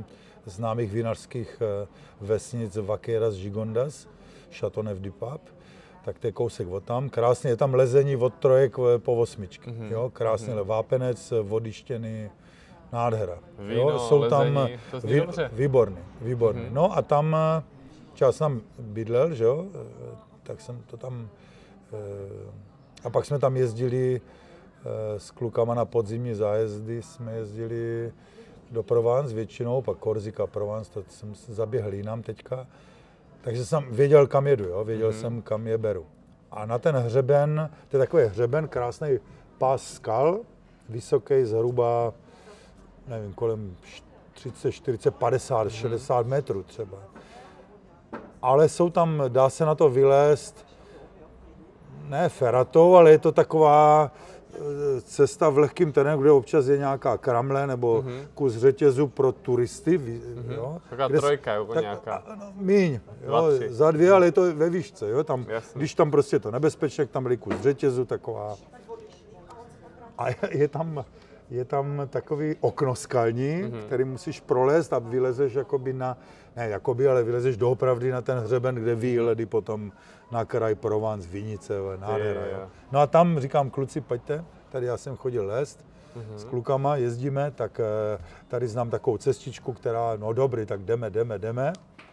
známých vinařských vesnic Vaqueiras Gigondas, Châteauneuf du Pape, tak to je kousek od tam. Krásně je tam lezení od trojek po osmičky. Mm-hmm. Jo? Krásně mm-hmm. vápenec, vodištěný, nádhera. Víno, jo? Jsou lezení, tam to zní vý, dobře. Výborný, výborný. Mm-hmm. No a tam, čas jsem bydlel, že jo? Tak jsem to tam... A pak jsme tam jezdili s klukama na podzimní zájezdy, jsme jezdili do Provence většinou, pak Korsika, Provence, to jsem zaběhl jinam teďka. Takže jsem věděl, kam jedu, jo? Věděl mm-hmm. jsem, kam je beru. A na ten hřeben, to je takový hřeben, krásný pás skal, vysoký zhruba, nevím, kolem třicet, čtyřicet, padesát, mm-hmm. šedesát metrů třeba. Ale jsou tam, dá se na to vylézt, ne feratou, ale je to taková cesta v lehkým terénu, kde občas je nějaká kramle nebo mm-hmm. kus řetězu pro turisty. Mm-hmm. Jo, Taká trojka, jo, tak, nějaká. No, míň, jo, za dvě, ale je to ve výšce. Jo, tam, když tam prostě je to nebezpečné, tam byl kus řetězu, taková. A je, je, tam, je tam takový okno skalní, mm-hmm. který musíš prolézt a vylezeš jakoby na, ne jakoby, ale vylezeš doopravdy na ten hřeben, kde výhledy potom na kraj Provence, Vinice, nádhera. Je, je. No a tam říkám, kluci, pojďte, tady já jsem chodil lézt mm-hmm. s klukama, jezdíme, tak tady znám takovou cestičku, která, no dobrý, tak jdeme, jdeme, jdeme.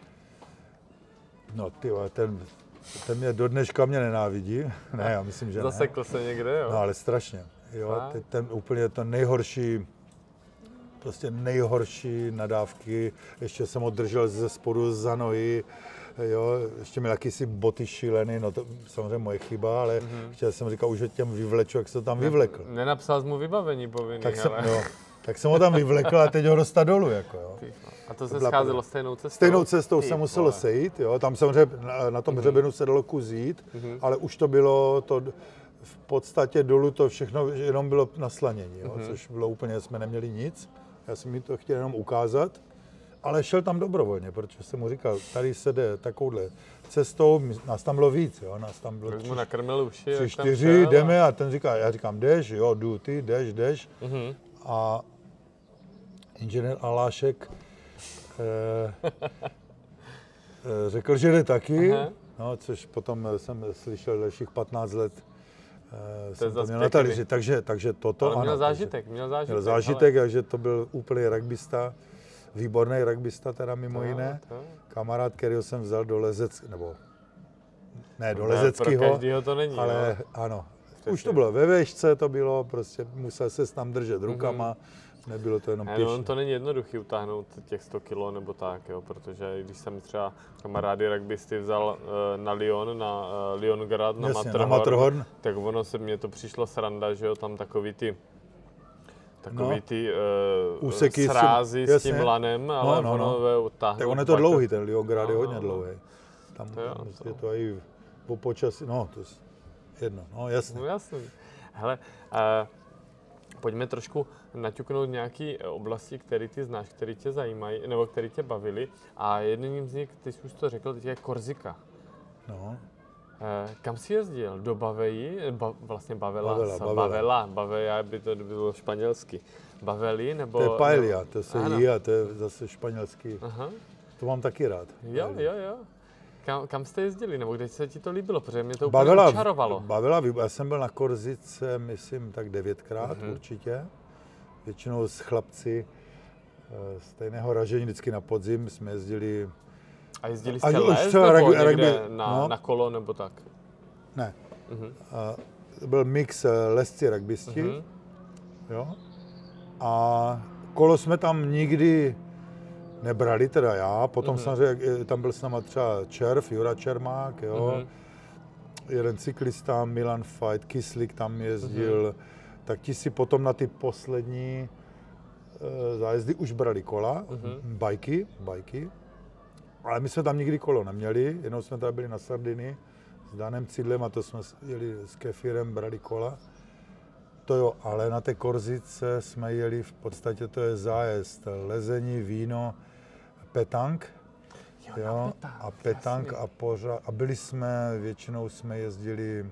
No ty, ten, ten mě do dneška mě nenávidí, ne, já myslím, že ne. Zasekl se někde, jo? No ale strašně, jo, ten, ten úplně to nejhorší, prostě nejhorší nadávky, ještě jsem ho držel ze spodu za nohy, jo, ještě měl jakýsi boty šílený, no to samozřejmě moje chyba, ale mm-hmm. chtěl jsem říkat, už těm vyvleču, jak se to tam vyvlekl. Nenapsal jsi mu vybavení povinný, tak jsem, ale... jo, tak jsem ho tam vyvlekl a teď ho dostat dolů, jako jo. A to se scházelo stejnou cestou? Stejnou cestou se muselo sejít, jo, tam samozřejmě na, na tom mm-hmm. hřebenu se dalo kus jít, mm-hmm. ale už to bylo, to v podstatě dolů to všechno jenom bylo na slanění, jo, mm-hmm. což bylo úplně, jsme neměli nic, já jsem mi to chtěl jenom ukázat. Ale šel tam dobrovolně, protože jsem mu říkal, tady se jde takovouhle cestou, nás tam bylo víc, jo, nás tam bylo tři, nakrmil uši, tři čtyři, jdeme a ten říká, já říkám, jdeš, jo, jdu, ty, jdeš, jdeš. Uh-huh. A inženýr Alášek eh, řekl, že jde taky, uh-huh. no, což potom jsem slyšel dalších patnáct let, eh, jsem to měl na talíři, takže, takže toto, ale měl ano, zážitek, měl zážitek. Měl zážitek, ale... že to byl úplný rugbista. Výborný rugbista teda mimo to, jiné, to. Kamarád, kterýho jsem vzal do Lezec, nebo ne do ne, Lezeckého, to není, ale jo. ano, přesně. Už to bylo ve vešce, to bylo, prostě musel se tam držet rukama, mm-hmm. nebylo to jenom pěšně. No, to není jednoduchý utáhnout těch sto kilo nebo tak, jo, protože když jsem třeba kamarády rugbisty vzal uh, na Lyon, na uh, Lyongrad, na, Jasně, Matterhorn, na Matterhorn, tak ono se mně to přišlo sranda, že jo, tam takový ty Takový no, ty uh, úseky srázy s, s tím lanem, ale no, no, ono no. táhne. Tak on je to dlouhý, ten Lyongrad no, je hodně dlouhý. Tam to jo, je to i po počasí, no to je jedno, no jasně. No jasně. Hele, uh, pojďme trošku naťuknout nějaké oblasti, které ty znáš, které tě zajímají, nebo které tě bavily. A jedním z nich, ty jsi už to řekl, teď je Korsika. No. Kam jsi jezdil? Do Baveji? Ba, vlastně Bavela? Bavela, Bavela. Bavela. Baveja by to bylo španělsky. Baveli nebo... To je paella, to se jí a to je zase španělský. Aha. To mám taky rád. Jo, jo, jo. Kam, kam jste jezdili? Nebo kde se ti to líbilo? Protože mě to Bavela, úplně učarovalo. Bavela, já jsem byl na Korzice, myslím, tak devětkrát uh-huh. určitě. Většinou s chlapci stejného ražení, vždycky na podzim jsme jezdili. A jezdili jste les nebo rugby, někde na, no, na kolo nebo tak? Ne. Uh-huh. A byl mix lesci rugbysti. Uh-huh. Jo. A kolo jsme tam nikdy nebrali, teda já. Potom uh-huh. samozřejmě tam byl s náma třeba Červ, Jura Čermák, jo. Uh-huh. Jeden cyklista, Milan Fajt, Kyslík tam jezdil. Uh-huh. Tak ti si potom na ty poslední uh, zájezdy už brali kola, uh-huh. bajky, bajky. Ale my jsme tam nikdy kolo neměli, jenom jsme tady byli na Sardinii s Danem Cidlem a to jsme jeli s kefírem, brali kola. To jo, ale na té Korzice jsme jeli, v podstatě to je zájezd, lezení, víno, petank. Jo, jo petank, a petank a pořád. A byli jsme, většinou jsme jezdili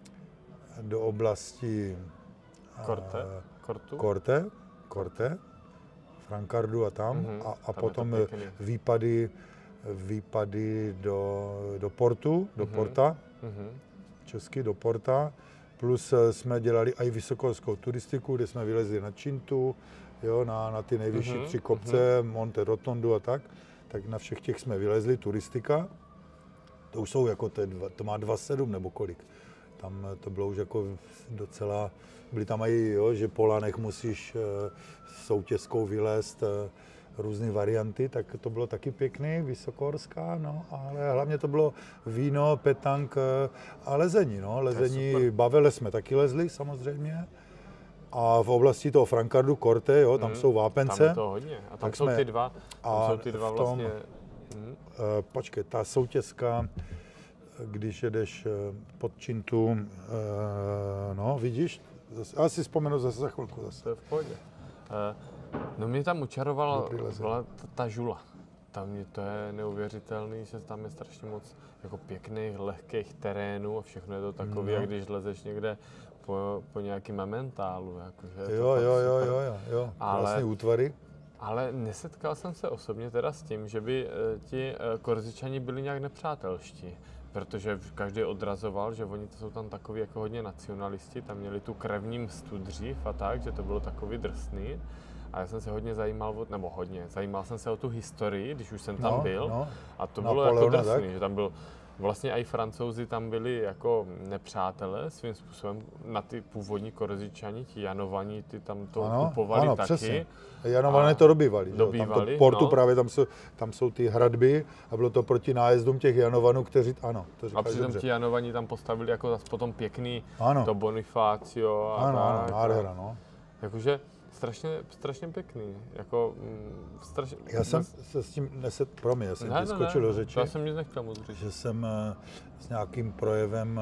do oblasti Korte, Kortu? Korte, Korte. Frankardu a tam, mm-hmm. a, a tam potom výpady, výpady do, do portu, do mm-hmm. Porta, mm-hmm. česky do Porta, plus jsme dělali i vysokohorskou turistiku, kde jsme vylezli na Cintu, jo, na, na ty nejvyšší mm-hmm. tři kopce, mm-hmm. Monte Rotondo a tak, tak na všech těch jsme vylezli, turistika. To už jsou jako, to, dva, to má dva sedm nebo kolik. Tam to bylo už jako docela, byly tam i, jo, že po lanech musíš uh, soutězkou vylézt uh, různé varianty, tak to bylo taky pěkný, vysokohorská, no, ale hlavně to bylo víno, petank a lezení, no, lezení, Bavele jsme taky lezli samozřejmě. A v oblasti toho Frankardu, Korte, jo, tam mm, jsou vápence. Tam je to hodně. A tam jsou jsme, ty dva, tam jsou ty dva tom, vlastně... Mm. Uh, počkej, ta soutězka, když jedeš pod Cintu, uh, no, vidíš, zase, já si vzpomenu zase za chvilku zase. To je v pohodě. Uh, no mě tam učarovala ta, ta žula. Tam je, to je neuvěřitelný, že tam je strašně moc jako pěkných, lehkých terénů a všechno je to takový, no. Jak když lezeš někde po, po nějakým mementálu. Jakože jo, jo, jo, jo, jo, jo, krásný útvary. Ale nesetkal jsem se osobně teda s tím, že by e, ti e, Korzičani byli nějak nepřátelští, protože každý odrazoval, že oni to jsou tam takový jako hodně nacionalisti, tam měli tu krevní mstu dřív a tak, že to bylo takový drsný. A já jsem se hodně zajímal, o, nebo hodně, zajímal jsem se o tu historii, když už jsem tam no, byl no. A to bylo Napoleona, jako drsný, že tam byl, vlastně i Francouzi tam byli jako nepřátelé svým způsobem na ty původní Korzičani, ti Janovaní, ty tam to ano, kupovali ano, taky. Přesně. Janované to dobývali. dobývali tam to portu no. Právě tam jsou, tam jsou ty hradby a bylo to proti nájezdům těch Janovanů, kteří, ano, to říkáš. A přitom ti Janovaní tam postavili jako zase potom pěkný ano. to Bonifacio a ano, tak. Ano, nádhera, no. Jakože strašně, strašně pěkný, jako strašně... Já jsem se s tím neset, promiň, já jsem ne, skočil ne, do řeči. Já jsem nic nechtěl moc říct. Že jsem s nějakým projevem...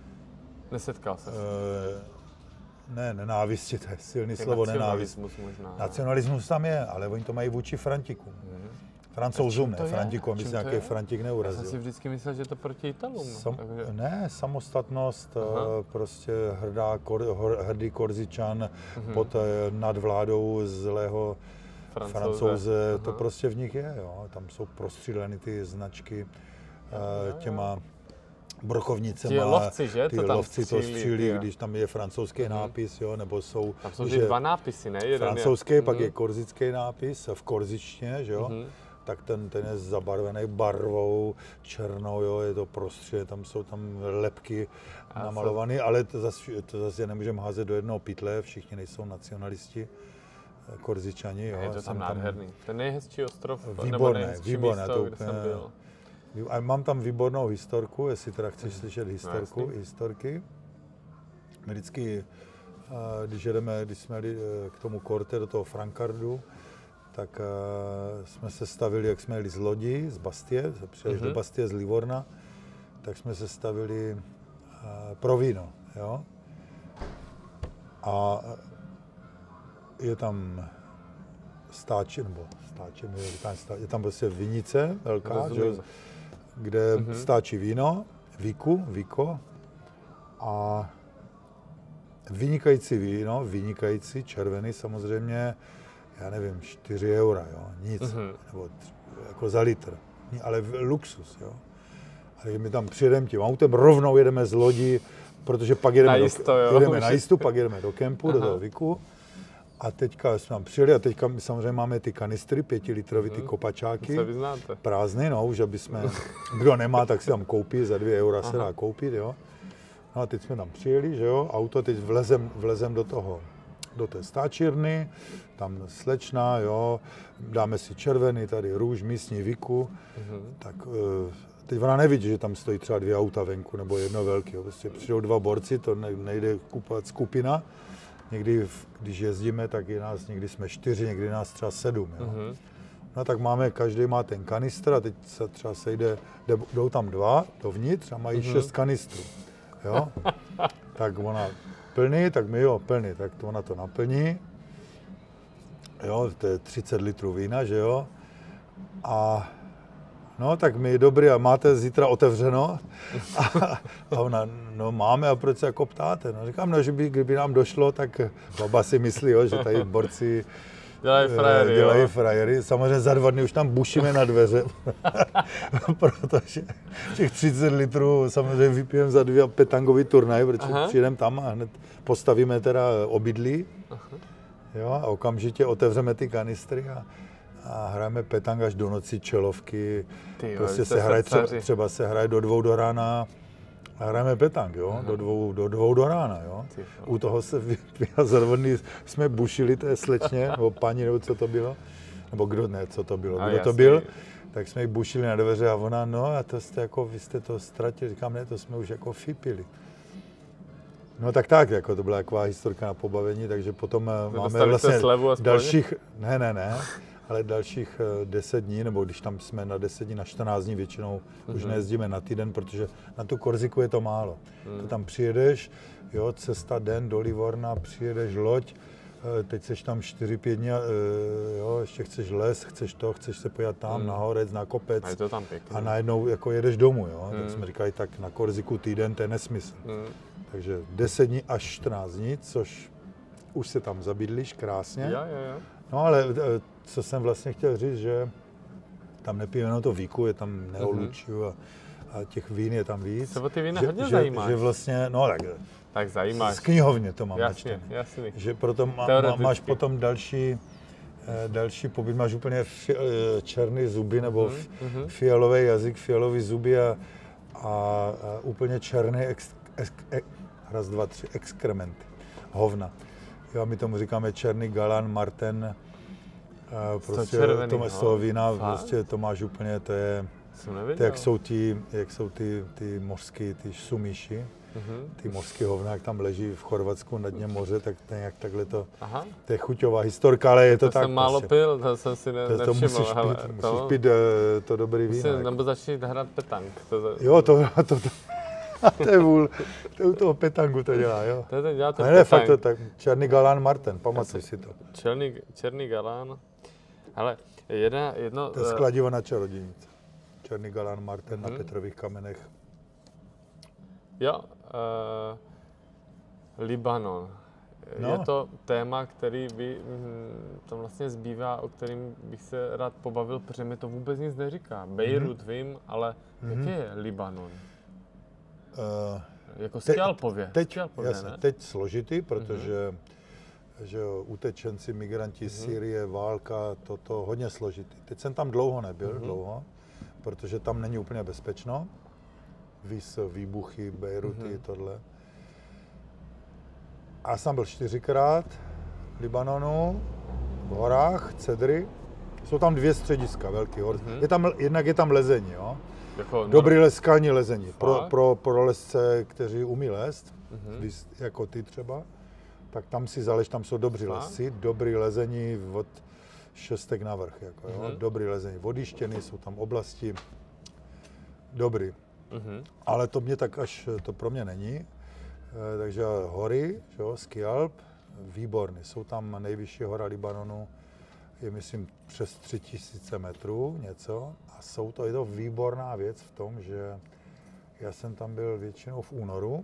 Nesetkal se. E, ne, nenávisti, to je silný je slovo, nenávist. Možná, nacionalismus tam je, ale oni to mají vůči Frantikům. Mm. Francouzům, ne, Frantikům, myslím, nějaký Frantik neurazil. Já jsem si vždycky myslel, že to proti Italům. Sam, takže... Ne, samostatnost, aha. Prostě hrdá, kor, hrdý Korzičan mm-hmm. pod nadvládou zlého Francouze, Francouze to prostě v nich je, jo. Tam jsou prostříleny ty značky uh, těma brochovnicema. Ti lovci, že? Ty to tam lovci střílí, to střílí, když tam je francouzský mm-hmm. nápis, jo, nebo jsou... Tam jsou že dva nápisy, ne? Jeden francouzský, je... pak mm-hmm. je korzický nápis v korzičtině, že jo? Mm-hmm. Tak ten, ten je zabarvený barvou černou, jo, je to prostře, tam jsou tam lepky a namalované, ale to zase, to zase nemůžeme házet do jednoho pytle, všichni nejsou nacionalisti, Korzičani, jo. Je to tam nádherný, ten nejhezčí ostrov, výborné, nebo nejhezčí výborné, místo, to kde úplně, jsem byl. A mám tam výbornou historku, jestli teda chceš mm. slyšet historku, no, historky. My vždycky, když jedeme, když jsme jeli k tomu Korte, do toho Frankardu, tak uh, jsme se stavili, jak jsme jeli z lodi, z Bastie, přijeli mm-hmm. do Bastie z Livorna, tak jsme se stavili uh, pro víno, jo. A je tam stáče, nebo stáče, je tam prostě vinice velká, že, kde mm-hmm. stáčí víno, víku, víko a vynikající víno, vynikající, červený samozřejmě, já nevím, čtyři eura, jo, nic, mm-hmm. nebo tři, jako za litr, ale luxus, jo. A my tam přijedeme tím autem, rovnou jedeme z lodi, protože pak jedeme, na, jisto, do, jedeme na jistu, pak jedeme do kempu, do toho Viku. A teďka jsme tam přijeli a teďka my samozřejmě máme ty kanistry, pětilitrový, ty kopačáky, prázdný, no, už aby jsme, kdo nemá, tak si tam koupí, za dvě eura se dá koupit, jo. No a teď jsme tam přijeli, že jo, auto, teď vlezem, vlezem do toho, do té stáčírny, tam slečna, jo, dáme si červený, tady růž, místní Viku, mm-hmm. tak teď ona nevidí, že tam stojí třeba dvě auta venku, nebo jedno velký, jo. Prostě přijdou dva borci, to nejde kupovat skupina. Někdy, když jezdíme, tak je nás, někdy jsme čtyři, někdy nás třeba sedm, jo. Mm-hmm. No tak máme, každý má ten kanistr a teď se třeba sejde, jdou tam dva dovnitř a mají mm-hmm. šest kanistrů, jo. Tak ona plný, tak my jo, plný, tak to ona to naplní. Jo, to je třicet litrů vína, že jo. A no, tak my dobrý, a máte zítra otevřeno? A, a ona, no máme, a proč se jako ptáte? No, říkám, no, že by, kdyby nám došlo, tak baba si myslí, jo, že tady borci Dělají frajery, Dělají jo. frajery. Samozřejmě za dva dny už tam bušíme na dveře, protože těch třicet litrů samozřejmě vypijeme za dvě petangový turnaj, protože Aha. přijdeme tam a hned postavíme teda obydlí. Aha. Jo, a okamžitě otevřeme ty kanistry a, a hrajeme petang až do noci, čelovky. Ty jo, prostě se hraje, třeba, třeba se hraje do dvou do rána a hrajeme petang, jo, do dvou, do dvou do rána, jo. U toho se vypíjá zrovna, jsme bušili té slečně, nebo paní, nebo co to bylo, nebo kdo, ne, co to bylo, kdo to byl, tak jsme ji bušili na dveře a ona, no a to jste jako, vy jste to ztratili, říkám, ne, to jsme už jako fipili. No tak tak, jako to byla taková historka na pobavení, takže potom no, máme vlastně dalších, ne? ne, ne, ne, ale dalších deset dní, nebo když tam jsme na deset dní, na čtrnáct dní většinou mm-hmm. už nejezdíme na týden, protože na tu Korziku je to málo. Mm. To tam přijedeš, jo, cesta den do Livorna, přijedeš loď, teď seš tam čtyři pět dní, jo, ještě chceš les, chceš to, chceš se pojat tam mm. na horec, na kopec a, je to tam pěkný. A najednou jako jedeš domů, jo. Mm. Tak jsme říkali, tak na Korziku týden, to je nesmysl. Mm. Takže deset dní až čtrnáct dní, což už se tam zabydlíš krásně. Jo, jo, jo. No ale co jsem vlastně chtěl říct, že tam nepijeme jenom to víku, je tam neolučiu a, a těch vín je tam víc. Se o ty vína že, hodně že, zajímáš. Že vlastně, no tak, tak zajímáš. Z knihovně to mám jasně, načtené. jasně. Že proto má, má, máš potom další, další pobyt, máš úplně fi, černý zuby nebo mm-hmm. fialový jazyk, fialový zuby a, a, a úplně černý ex, ex, ex, raz, dva, tři, exkrementy, hovna. Jo, my tomu říkáme černý galán, marten, prostě to z toho vína, prostě to máš úplně, to je, to jak jsou ty, jak jsou ty, ty mořský, ty sumíši, uh-huh. ty mořský hovna, jak tam leží v Chorvatsku na dně moře, tak to nějak takhle to, Aha. to je chuťová historka, ale je to, to tak. To jsem málo prostě pil, to jsem si ne, to, to nevšiml. musíš hele, pít, to, musíš pít to dobrý víno. Musím, nebo začít hrát petang. To, jo, to, to, to, to je vůl, to je u toho petangu to dělá, jo. To je dělá ten ne, ne, fakt to tak, černý galán Marten, pamatuj si to. Černý, černý galán, ale jedna, jedno... To je skladivo na čarodějnice. Černý galán Marten uh-huh. na Petrových kamenech. Jo, uh, Libanon. No. Je to téma, který by hm, tam vlastně zbývá, o kterým bych se rád pobavil, protože mi to vůbec nic neříká. Bejrut mm-hmm. vím, ale mm-hmm. jaký je Libanon? Uh, jako Skialpově. Teď, Skialpově, jasně, teď složitý, protože mm-hmm. že jo, utečenci, migranti, mm-hmm. Sýrie, válka, toto hodně složitý. Teď jsem tam dlouho nebyl, mm-hmm. dlouho, protože tam není úplně bezpečno. Víš, výbuchy, Bejruty, mm-hmm. tohle. A já jsem byl čtyřikrát v Libanonu, v horách, Cedry. Jsou tam dvě střediska, velký hor. Mm-hmm. Je tam, jednak je tam lezení, jo. Jako dobrý no... les, skalní lezení. Pro, pro, pro lesce, kteří umí lézt, mm-hmm. jako ty třeba, tak tam si zaleš, tam jsou dobří lesci, dobrý lezení od šestek navrch, jako, jo. Mm-hmm. Dobrý lezení, vodištěny, jsou tam oblasti, dobrý. Mm-hmm. Ale to mě tak až, to pro mě není. E, takže hory, jo, Skialp, výborný. Jsou tam nejvyšší hora Libanonu, je myslím přes tři tisíce metrů něco. A jsou to, je to výborná věc v tom, že já jsem tam byl většinou v únoru.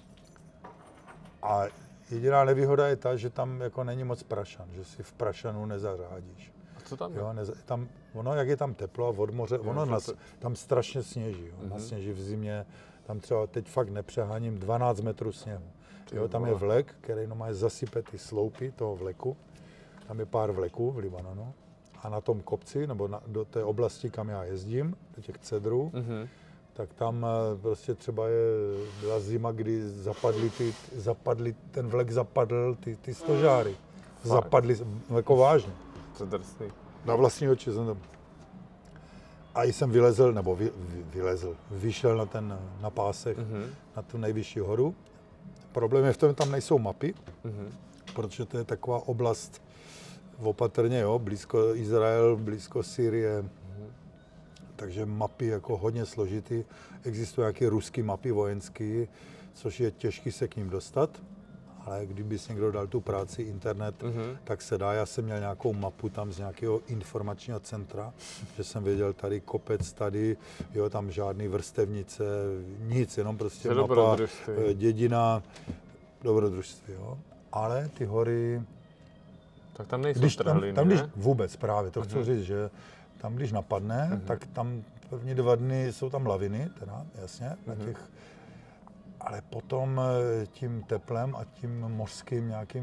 A jediná nevýhoda je ta, že tam jako není moc prašan, že si v prašanu nezařádíš. A co tam je? Jo, neza, tam, ono, jak je tam teplo a od moře, ono nas, to... tam strašně sněží, jo, mm-hmm. nasněží v zimě, tam třeba teď fakt nepřeháním dvanáct metrů sněhu. Jo, tam je vlek, který no má zasype ty sloupy toho vleku, tam je pár vleků v Libanonu a na tom kopci, nebo na, do té oblasti, kam já jezdím, do těch cedrů, mm-hmm. tak tam prostě třeba je, byla zima, kdy zapadly ty, zapadly, ten vlek zapadl ty, ty stožáry, fakt. Zapadly, jako vážně. To drsný. Na vlastní oči jsem tam. A jsem vylezl, nebo vy, vy, vylezl, vyšel na ten, na pásech, mm-hmm. na tu nejvyšší horu. Problém je v tom, že tam nejsou mapy, mm-hmm. protože to je taková oblast opatrně, jo, blízko Izrael, blízko Sýrie, mm-hmm. takže mapy jako hodně složitý. Existují nějaké ruské mapy vojenské, což je těžké se k ním dostat. Ale kdyby si někdo dal tu práci, internet, mm-hmm. tak se dá. Já jsem měl nějakou mapu tam z nějakého informačního centra, že jsem věděl tady kopec, tady, jo, tam žádný vrstevnice, nic, jenom prostě je mapa, dědina, dobrodružství, jo. Ale ty hory, Tak tam nejsou když trhliny, tam, tam, když ne? vůbec právě, to chci Mhm. říct, že tam, když napadne, Mhm. tak tam první dva dny jsou tam laviny, teda, jasně, na Mhm. těch, ale potom eh, tím teplem a tím mořským nějakým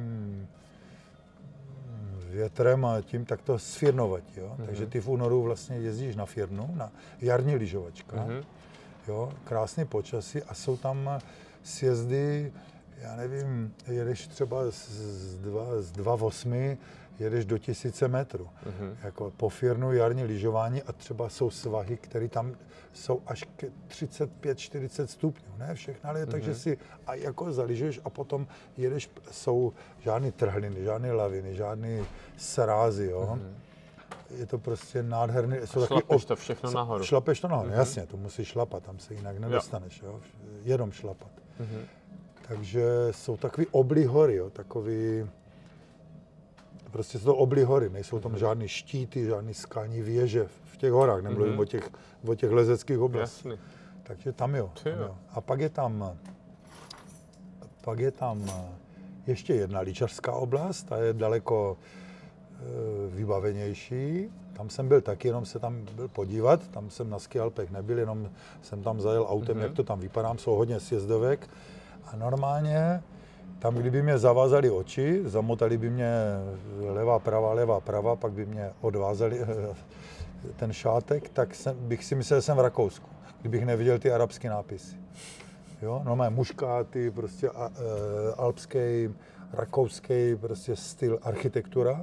větrem a tím, tak to sfirnovatí, jo. Mhm. Takže ty v únoru vlastně jezdíš na firnu, na jarní lyžovačka, Mhm. jo, krásný počasí a jsou tam sjezdy, já nevím, jedeš třeba z, z, dva, z dva osmi, jedeš do tisíce metrů. Mhm. Jako po firnu jarní lyžování a třeba jsou svahy, které tam jsou až k třicet pět čtyřicet stupňů, ne všechno, ale mm-hmm. takže si a jako zaližuješ a potom jedeš, jsou žádný trhliny, žádné laviny, žádné srázy, jo. Mm-hmm. Je to prostě nádherný. A šlapeš to všechno nahoru. Šlapeš to nahoru, mm-hmm. jasně, to musíš šlapat, tam se jinak nedostaneš, jo. Jenom šlapat. Mm-hmm. Takže jsou takový oblí hory, jo, takový, prostě jsou to oblí hory, nejsou tam žádný štíty, žádný skalní věže v těch horách, nemluvím mm-hmm. o těch, o těch lezeckých oblastech. Jasný. Takže tam jo, tam jo. jo. A pak je tam, pak je tam ještě jedna lyžařská oblast, ta je daleko e, vybavenější. Tam jsem byl taky, jenom se tam byl podívat, tam jsem na ski alpech nebyl, jenom jsem tam zajel autem, mm-hmm. jak to tam vypadá, jsou hodně sjezdovek. A normálně, tam, kdyby mě zavázali oči, zamotali by mě levá, pravá, levá, pravá, pak by mě odvázali ten šátek, tak jsem, bych si myslel, že jsem v Rakousku, kdybych neviděl ty arabské nápisy. Jo, normálně muškáty, prostě a, e, alpský, rakouský prostě styl architektura.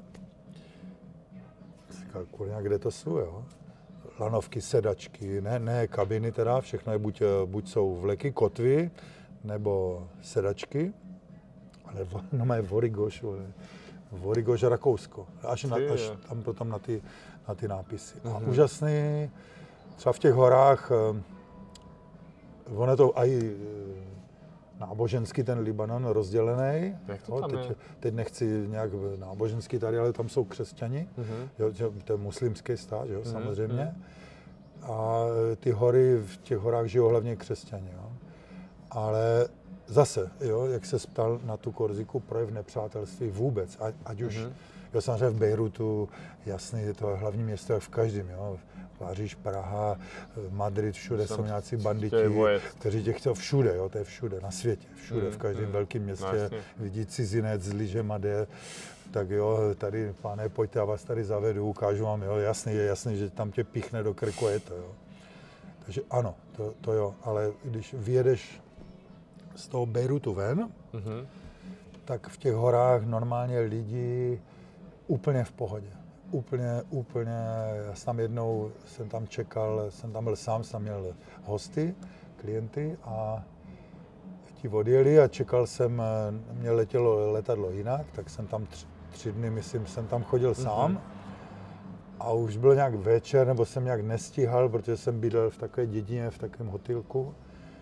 Říkal, kurňa, kde to jsou, jo? Lanovky, sedačky, ne, ne kabiny teda, všechno je buď, buď jsou vleky, kotvy, nebo sedačky, ale no mají Vorigoš, Vorigoš Rakousko, až, na, až tam potom na ty, na ty nápisy. A mm-hmm. úžasný, třeba v těch horách, on je to aj náboženský ten Libanon rozdělený. Jak to tam teď, je? teď nechci nějak náboženský tady, ale tam jsou křesťani, mm-hmm. jo, to je muslimský stát, jo, mm-hmm. samozřejmě. Mm-hmm. A ty hory, v těch horách žijou hlavně křesťani, jo. Ale zase, jo, jak se ptal na tu Korziku, projev nepřátelství vůbec, ať, ať už, mm-hmm. jo, samozřejmě v Bejrutu, jasný, je to hlavní město, jak v každém, jo, Paříž, Praha, Madrid, všude jsou nějací banditi, kteří tě chtějí všude, jo, to je všude, na světě, všude, mm, v každém mm, velkém městě, no, vidí cizinec s lyžema jde, tak jo, tady, pane, pojďte, já vás tady zavedu, ukážu vám, jo, jasný, je jasný, že tam tě píchne do krku, je to, jo. Takže ano, to, to jo, ale když vyjedeš z toho Bejrutu ven, mm-hmm. tak v těch horách normálně lidi úplně v pohodě. Úplně, úplně, já jsem tam jednou, jsem tam čekal, jsem tam byl sám, jsem měl hosty, klienty a ti odjeli a čekal jsem, mě letělo letadlo jinak, tak jsem tam tři, tři dny, myslím, jsem tam chodil mm-hmm. sám. A už byl nějak večer, nebo jsem nějak nestíhal, protože jsem bydlel v takové dědině, v takovém hotelku.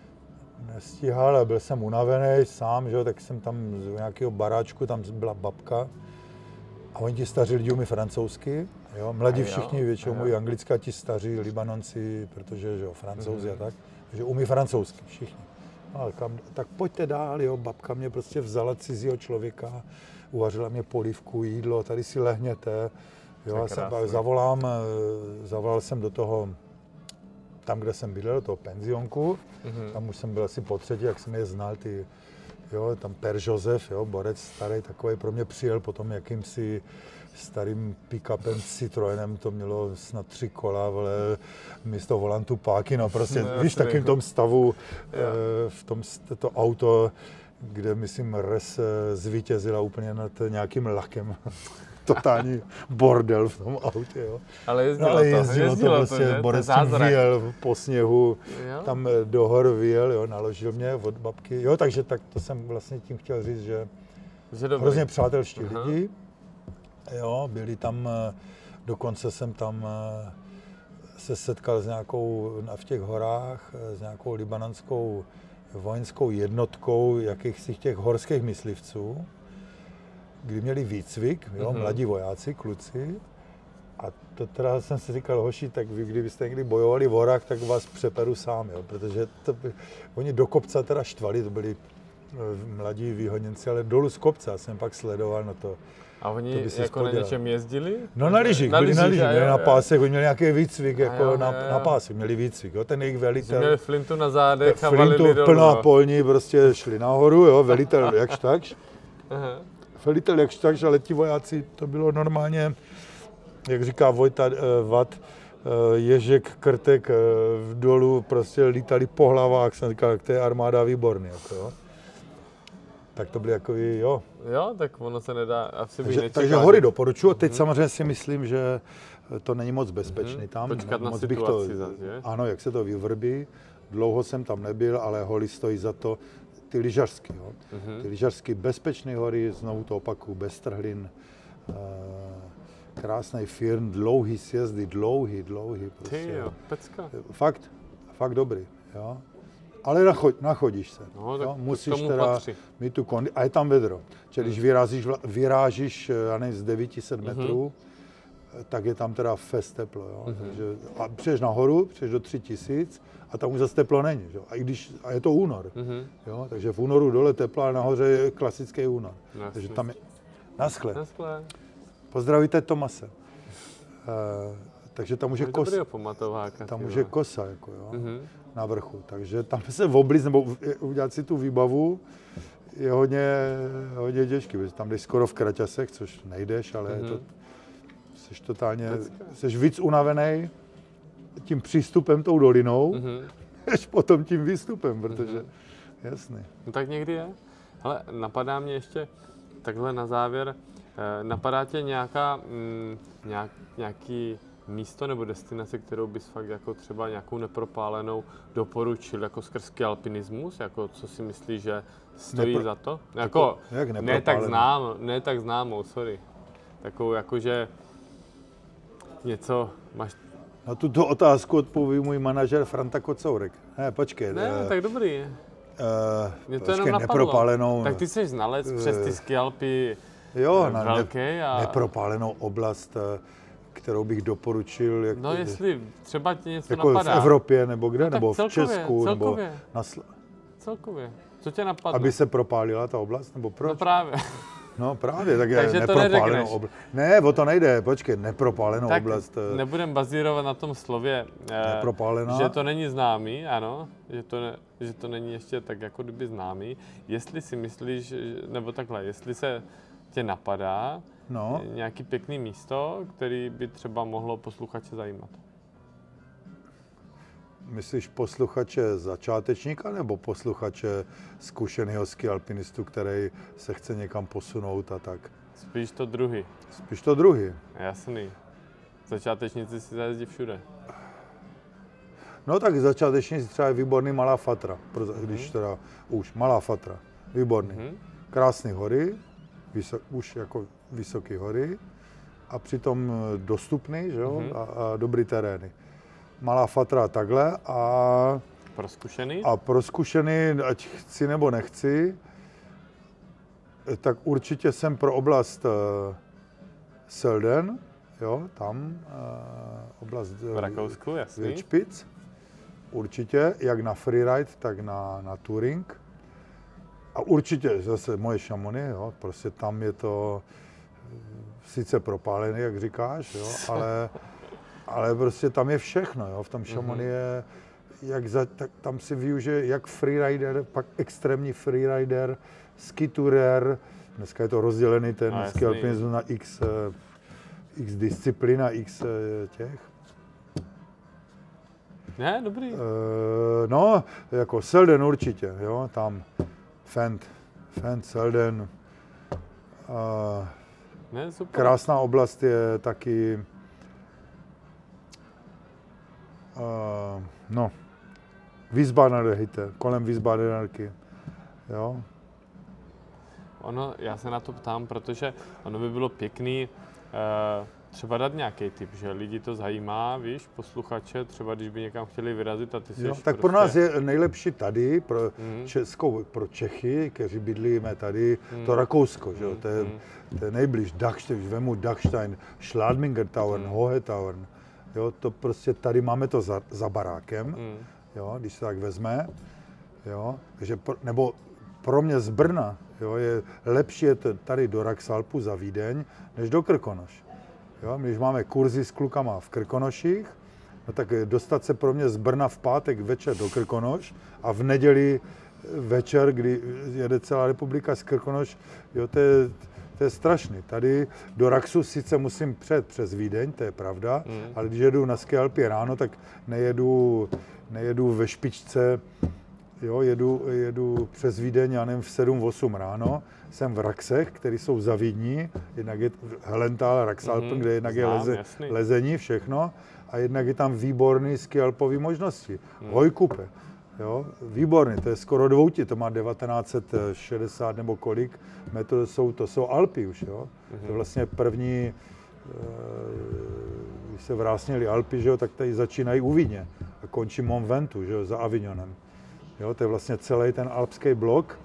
Nestíhal a byl jsem unavený sám, že, tak jsem tam z nějakého baráčku, tam byla babka. A oni ti staří lidi umí francouzsky, jo, mladí jo, všichni většinou umí anglicky, a ti staří Libanonci, protože že jo, Francouzi mm-hmm. a tak, takže umí francouzsky všichni. No, kam, tak pojďte dál, jo, babka mě prostě vzala cizího člověka, uvařila mě polívku, jídlo, tady si lehněte. Jo, já jsem, zavolám, zavolal jsem do toho, tam, kde jsem bydlel, do toho penzionku, mm-hmm. tam už jsem byl asi po třetí, jak jsem je znal, ty, jo, tam Per Josef, jo, borec starý takový, pro mě přijel potom jakýmsi starým pick-upem Citroenem, to mělo snad tři kola, ale místo volantu páky, no prostě, no, víš, takým tom stavu, yeah. v tom to auto, kde, myslím, Res zvítězila úplně nad nějakým lakem. Totální bordel v tom autě, jo. Ale jezdilo, no, ale jezdilo to, jezdilo to, prostě, borec vyjel po sněhu, jo? Tam do hor vyjel, jo, naložil mě od babky, jo, takže tak to jsem vlastně tím chtěl říct, že, že hrozně přátelští Aha. lidi, jo, byli tam, dokonce jsem tam se setkal s nějakou, v těch horách, s nějakou libanonskou vojenskou jednotkou jakýchsi těch horských myslivců, kdy měli výcvik, jo, mm-hmm. mladí vojáci, kluci. A to teda jsem si říkal, hoši, tak vy, kdybyste někdy bojovali v horách, tak vás přeperu sám, jo, protože to by, oni do kopce teda štvali, to byli mladí výhodněnci, ale dolů z kopce, já jsem pak sledoval na to. A oni jako na něčem jezdili? No na lyžích, na byli na lyžích, měli na pásech, oni měli nějaký výcvik, a jako jo, na, jo, jo. na pásech, měli výcvik, jo, ten jejich velitel. Měli flintu na zádech a Flintu valili dolů. plná polní, prostě šli nahoru, jo, velitel jakž takž. Aha. Velitel jakž takž, ale ti vojáci, to bylo normálně, jak říká Vojta uh, Vat, uh, Ježek, Krtek uh, dolů, prostě lítali po hlavách, jsem říkal, to je armáda výborný, jako jo. Tak to byly jako i, jo. Jo, tak ono se nedá, asi bych Takže, nečekal. takže hory že... doporučuji. Teď Mhm. samozřejmě si myslím, že to není moc bezpečný Mhm. tam. Počkat na moc situaci to, zas, že? Ano, jak se to vyvrbí. Dlouho jsem tam nebyl, ale hory stojí za to. Ty lyžařský, jo. Mhm. Ty lyžařský bezpečné hory, znovu to opakuju, bez trhlin. Uh, krásný firn, dlouhý sjezdy, dlouhý, dlouhý. Prostě. Ty jo, pecka. Fakt, fakt dobrý, jo. Ale nacho- nachodíš se. No, tak jo? to Musíš k tomu teda patří. mít tu kondi- a je tam vedro. Čili když vyrazíš, vla- vyrážíš, já nevím, z devět set metrů, tak je tam teda fest teplo. Jo? Mhm. Takže, a přijdeš nahoru, přijdeš do tři tisíc a tam už zase teplo není. Jo? A, i když, a je to únor. Mhm. Jo? Takže v únoru dole teplo, ale nahoře je klasický únor. No, Takže jasně. tam je... Naschle. Naschle. Pozdravíte Tomase. Uh, takže tam už je, To je kos, dobrýho pamatováka. tam ty už vole. je kosa. Jako, jo? Mhm. Na vrchu. Takže tam se oblíz, nebo udělat si tu výbavu, je hodně, hodně těžký. Tam jdeš skoro v kraťasech, což nejdeš, ale Mhm. je to, jsi totálně, Pecka. jsi víc unavený tím přístupem tou dolinou, Mhm. než potom tím výstupem, protože, Mhm. jasný. No tak někdy je. Hele, napadá mě ještě takhle na závěr, eh, napadá tě nějaká, mm, nějak, nějaký místo nebo destinace, kterou bys fakt jako třeba nějakou nepropálenou doporučil jako skrz alpinismus, jako co si myslíš, že stojí Nepro- za to? Jako, Jak ne tak nepropálenou? znám, ne tak známou, sorry. Takovou jakože něco máš, Na tuto otázku odpoví můj manažer Franta Kocourek. Ne, počkej. ne, eh, tak dobrý. eh, Mě to počkej, jenom napadlo. nepropálenou. Tak ty jsi znalec přes ty skialpy Jo, eh, na velký ne, a... nepropálenou oblast, eh, kterou bych doporučil. Jak No to, jestli třeba ti něco jako napadá. v Evropě, nebo kde, No tak nebo v celkově, Česku, celkově. nebo na Sl- Celkově. Co tě napadlo? aby se propálila ta oblast, nebo proč? No právě. No právě, tak je Takže to nepropálenou neřekneš. oblast. Ne, o to nejde, počkej, nepropálenou Tak oblast. eh, nebudem bazírovat na tom slově, eh, Nepropálená. že to není známý, ano, že to, ne, že to není ještě tak jako kdyby známý. Jestli si myslíš, že- nebo takhle, jestli se tě napadá No, nějaký pěkný místo, který by třeba mohlo posluchače zajímat. myslíš posluchače začátečníka, nebo posluchače zkušeného ski alpinistu, který se chce někam posunout a tak? Spíš to druhý, Spíš to druhý. jasný. Začátečníci si zajezdí všude. No tak začátečníci třeba je výborný Malá Fatra, proto- když teda už Malá Fatra, výborný. Mhm. Krásné hory, vyso, už jako vysoké hory a přitom dostupný, že jo, Mhm. a, a dobrý terény. Malá Fatra takhle a, Pro zkušený? a pro zkušený, ať chci nebo nechci, tak určitě jsem pro oblast uh, Sölden, jo, tam uh, oblast V Rakousku, jasný. Wildspitz, určitě, jak na freeride, tak na, na touring. A určitě zase moje Chamonix, jo, prostě tam je to eh, sice propálený, jak říkáš, jo, ale, ale prostě tam je všechno, jo, v tom Chamonix je, jak za, tak tam si využije jak freerider, pak extrémní freerider, skitourer, dneska je to rozdělený ten No, ski jasný. alpinismus na x, eh, x disciplín a x eh, těch. Ne, dobrý. Uh, no, jako Sölden určitě, jo, tam Fent, Fent, Sölden. Uh, Ne, super. krásná oblast je taky, uh, no, Wiesbadener Hütte, kolem Wiesbadenerky, jo. Ono, já se na to ptám, protože ono by bylo pěkný uh, třeba dát nějaký tip, že lidi to zajímá, víš, posluchače, třeba když by někam chtěli vyrazit a ty si Jo, tak pro nás je nejlepší tady, pro Mhm. Českou, pro Čechy, kteří bydlíme tady, Mhm. to Rakousko, že jo, to je, Mhm. to je nejblíž, Dachstein, když vemu Dachstein, Schladminger Tauern, Mhm. Hohe Tauern, jo, to prostě tady máme to za, za barákem, Mm. jo, když se tak vezme, jo, takže, pro- nebo pro mě z Brna, jo, je lepší jet tady do Raxalpu za Vídeň, než do Krkonoš. Jo, když máme kurzy s klukama v Krkonoších, no tak dostat se pro mě z Brna v pátek večer do Krkonoš a v neděli večer, kdy jede celá republika z Krkonoš, jo, to je, to je strašný. Tady do Raxu sice musím přejet přes Vídeň, to je pravda, mm. ale když jedu na Ské Alpy ráno, tak nejedu, nejedu ve špičce, jo, jedu, jedu přes Vídeň, já nevím, v sedm osm ráno, jsem v Raxech, které jsou za Vídní, jednak je Hellental, Raxalpen, mm-hmm, kde jednak znám, je leze, lezení, všechno, a jednak je tam výborný skialpový možnosti. Mm. Hojkupe, jo, výborný, to je skoro dvouti, to má devatenáct set šedesát nebo kolik metrů, jsou, to jsou Alpy už, jo. Mm-hmm. To je vlastně první, když se vrásnili Alpy, že jo, tak tady začínají u Vídně a končí Mont Ventoux, že jo, za Avignonem. Jo, to je vlastně celý ten alpský blok,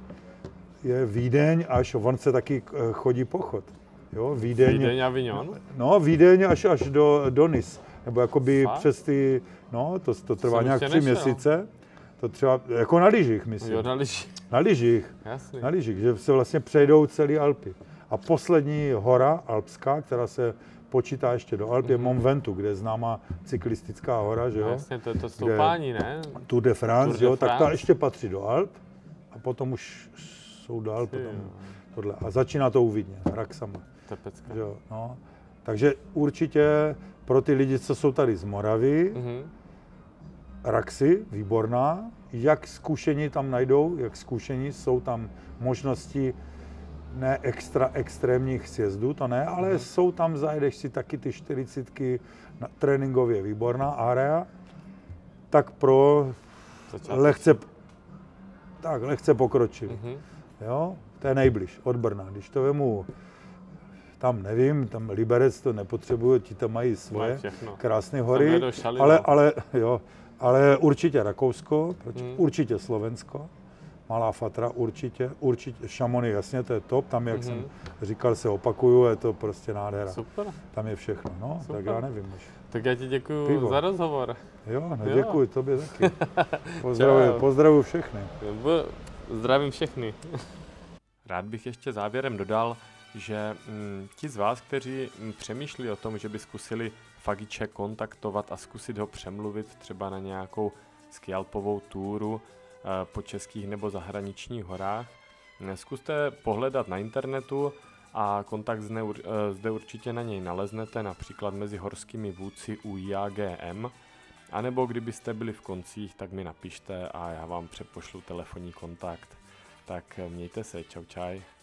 je Vídeň, až on se taky chodí pochod. Jo, Vídeň, Vídeň a Avignon? No, Vídeň až, až do, do Nice. Nebo jakoby Fakt? Přes ty, no, to, to trvá nějak tři nešel. měsíce. To třeba, jako na lyžích, myslím. Jo, na lyžích. Na lyžích. Jasný. Na lyžích, že se vlastně přejdou celý Alpy. A poslední hora alpská, která se počítá ještě do Alp, mm-hmm. je Mont Ventoux, kde je známá cyklistická hora, že jo? Jasně, to je to stoupání, ne? Tour de France, Tour de jo, France. Tak ta ještě patří do Alp a potom už jsou dál potom tohle. A začíná to u Vídně, Raxama. Tepecka. Jo, no. Takže určitě pro ty lidi, co jsou tady z Moravy, mm-hmm. Raxy, výborná, jak zkušení tam najdou, jak zkušení, jsou tam možnosti ne extra extrémních sjezdů, to ne, ale mm-hmm. jsou tam, zajedeš si taky ty čtyřicítky, tréninkově výborná area, tak pro Začátku. lehce, tak lehce pokročit. Mm-hmm. Jo, to je nejbliž od Brna. Když to vemu, tam nevím, tam Liberec to nepotřebuje, ti tam mají svoje krásné hory, ale, ale, jo, ale určitě Rakousko, mm. určitě Slovensko, Malá Fatra určitě, určitě Chamonix, jasně, to je top, tam, jak mm-hmm. jsem říkal, se opakuju, je to prostě nádhera. Super. Tam je všechno, no, Super. Tak já nevím už. Tak já ti děkuju Pivo. za rozhovor. Jo, no, jo. Děkuji, tobě taky. Pozdravuji, pozdravuji všechny. Zdravím všechny. Rád bych ještě závěrem dodal, že m, ti z vás, kteří m, přemýšlí o tom, že by zkusili Fagiče kontaktovat a zkusit ho přemluvit třeba na nějakou skialpovou túru e, po českých nebo zahraničních horách, zkuste pohledat na internetu a kontakt zde, e, zde určitě na něj naleznete, například mezi horskými vůdci U I A G M, anebo kdybyste byli v koncích, tak mi napište a já vám přepošlu telefonní kontakt. Tak mějte se, čau čaj.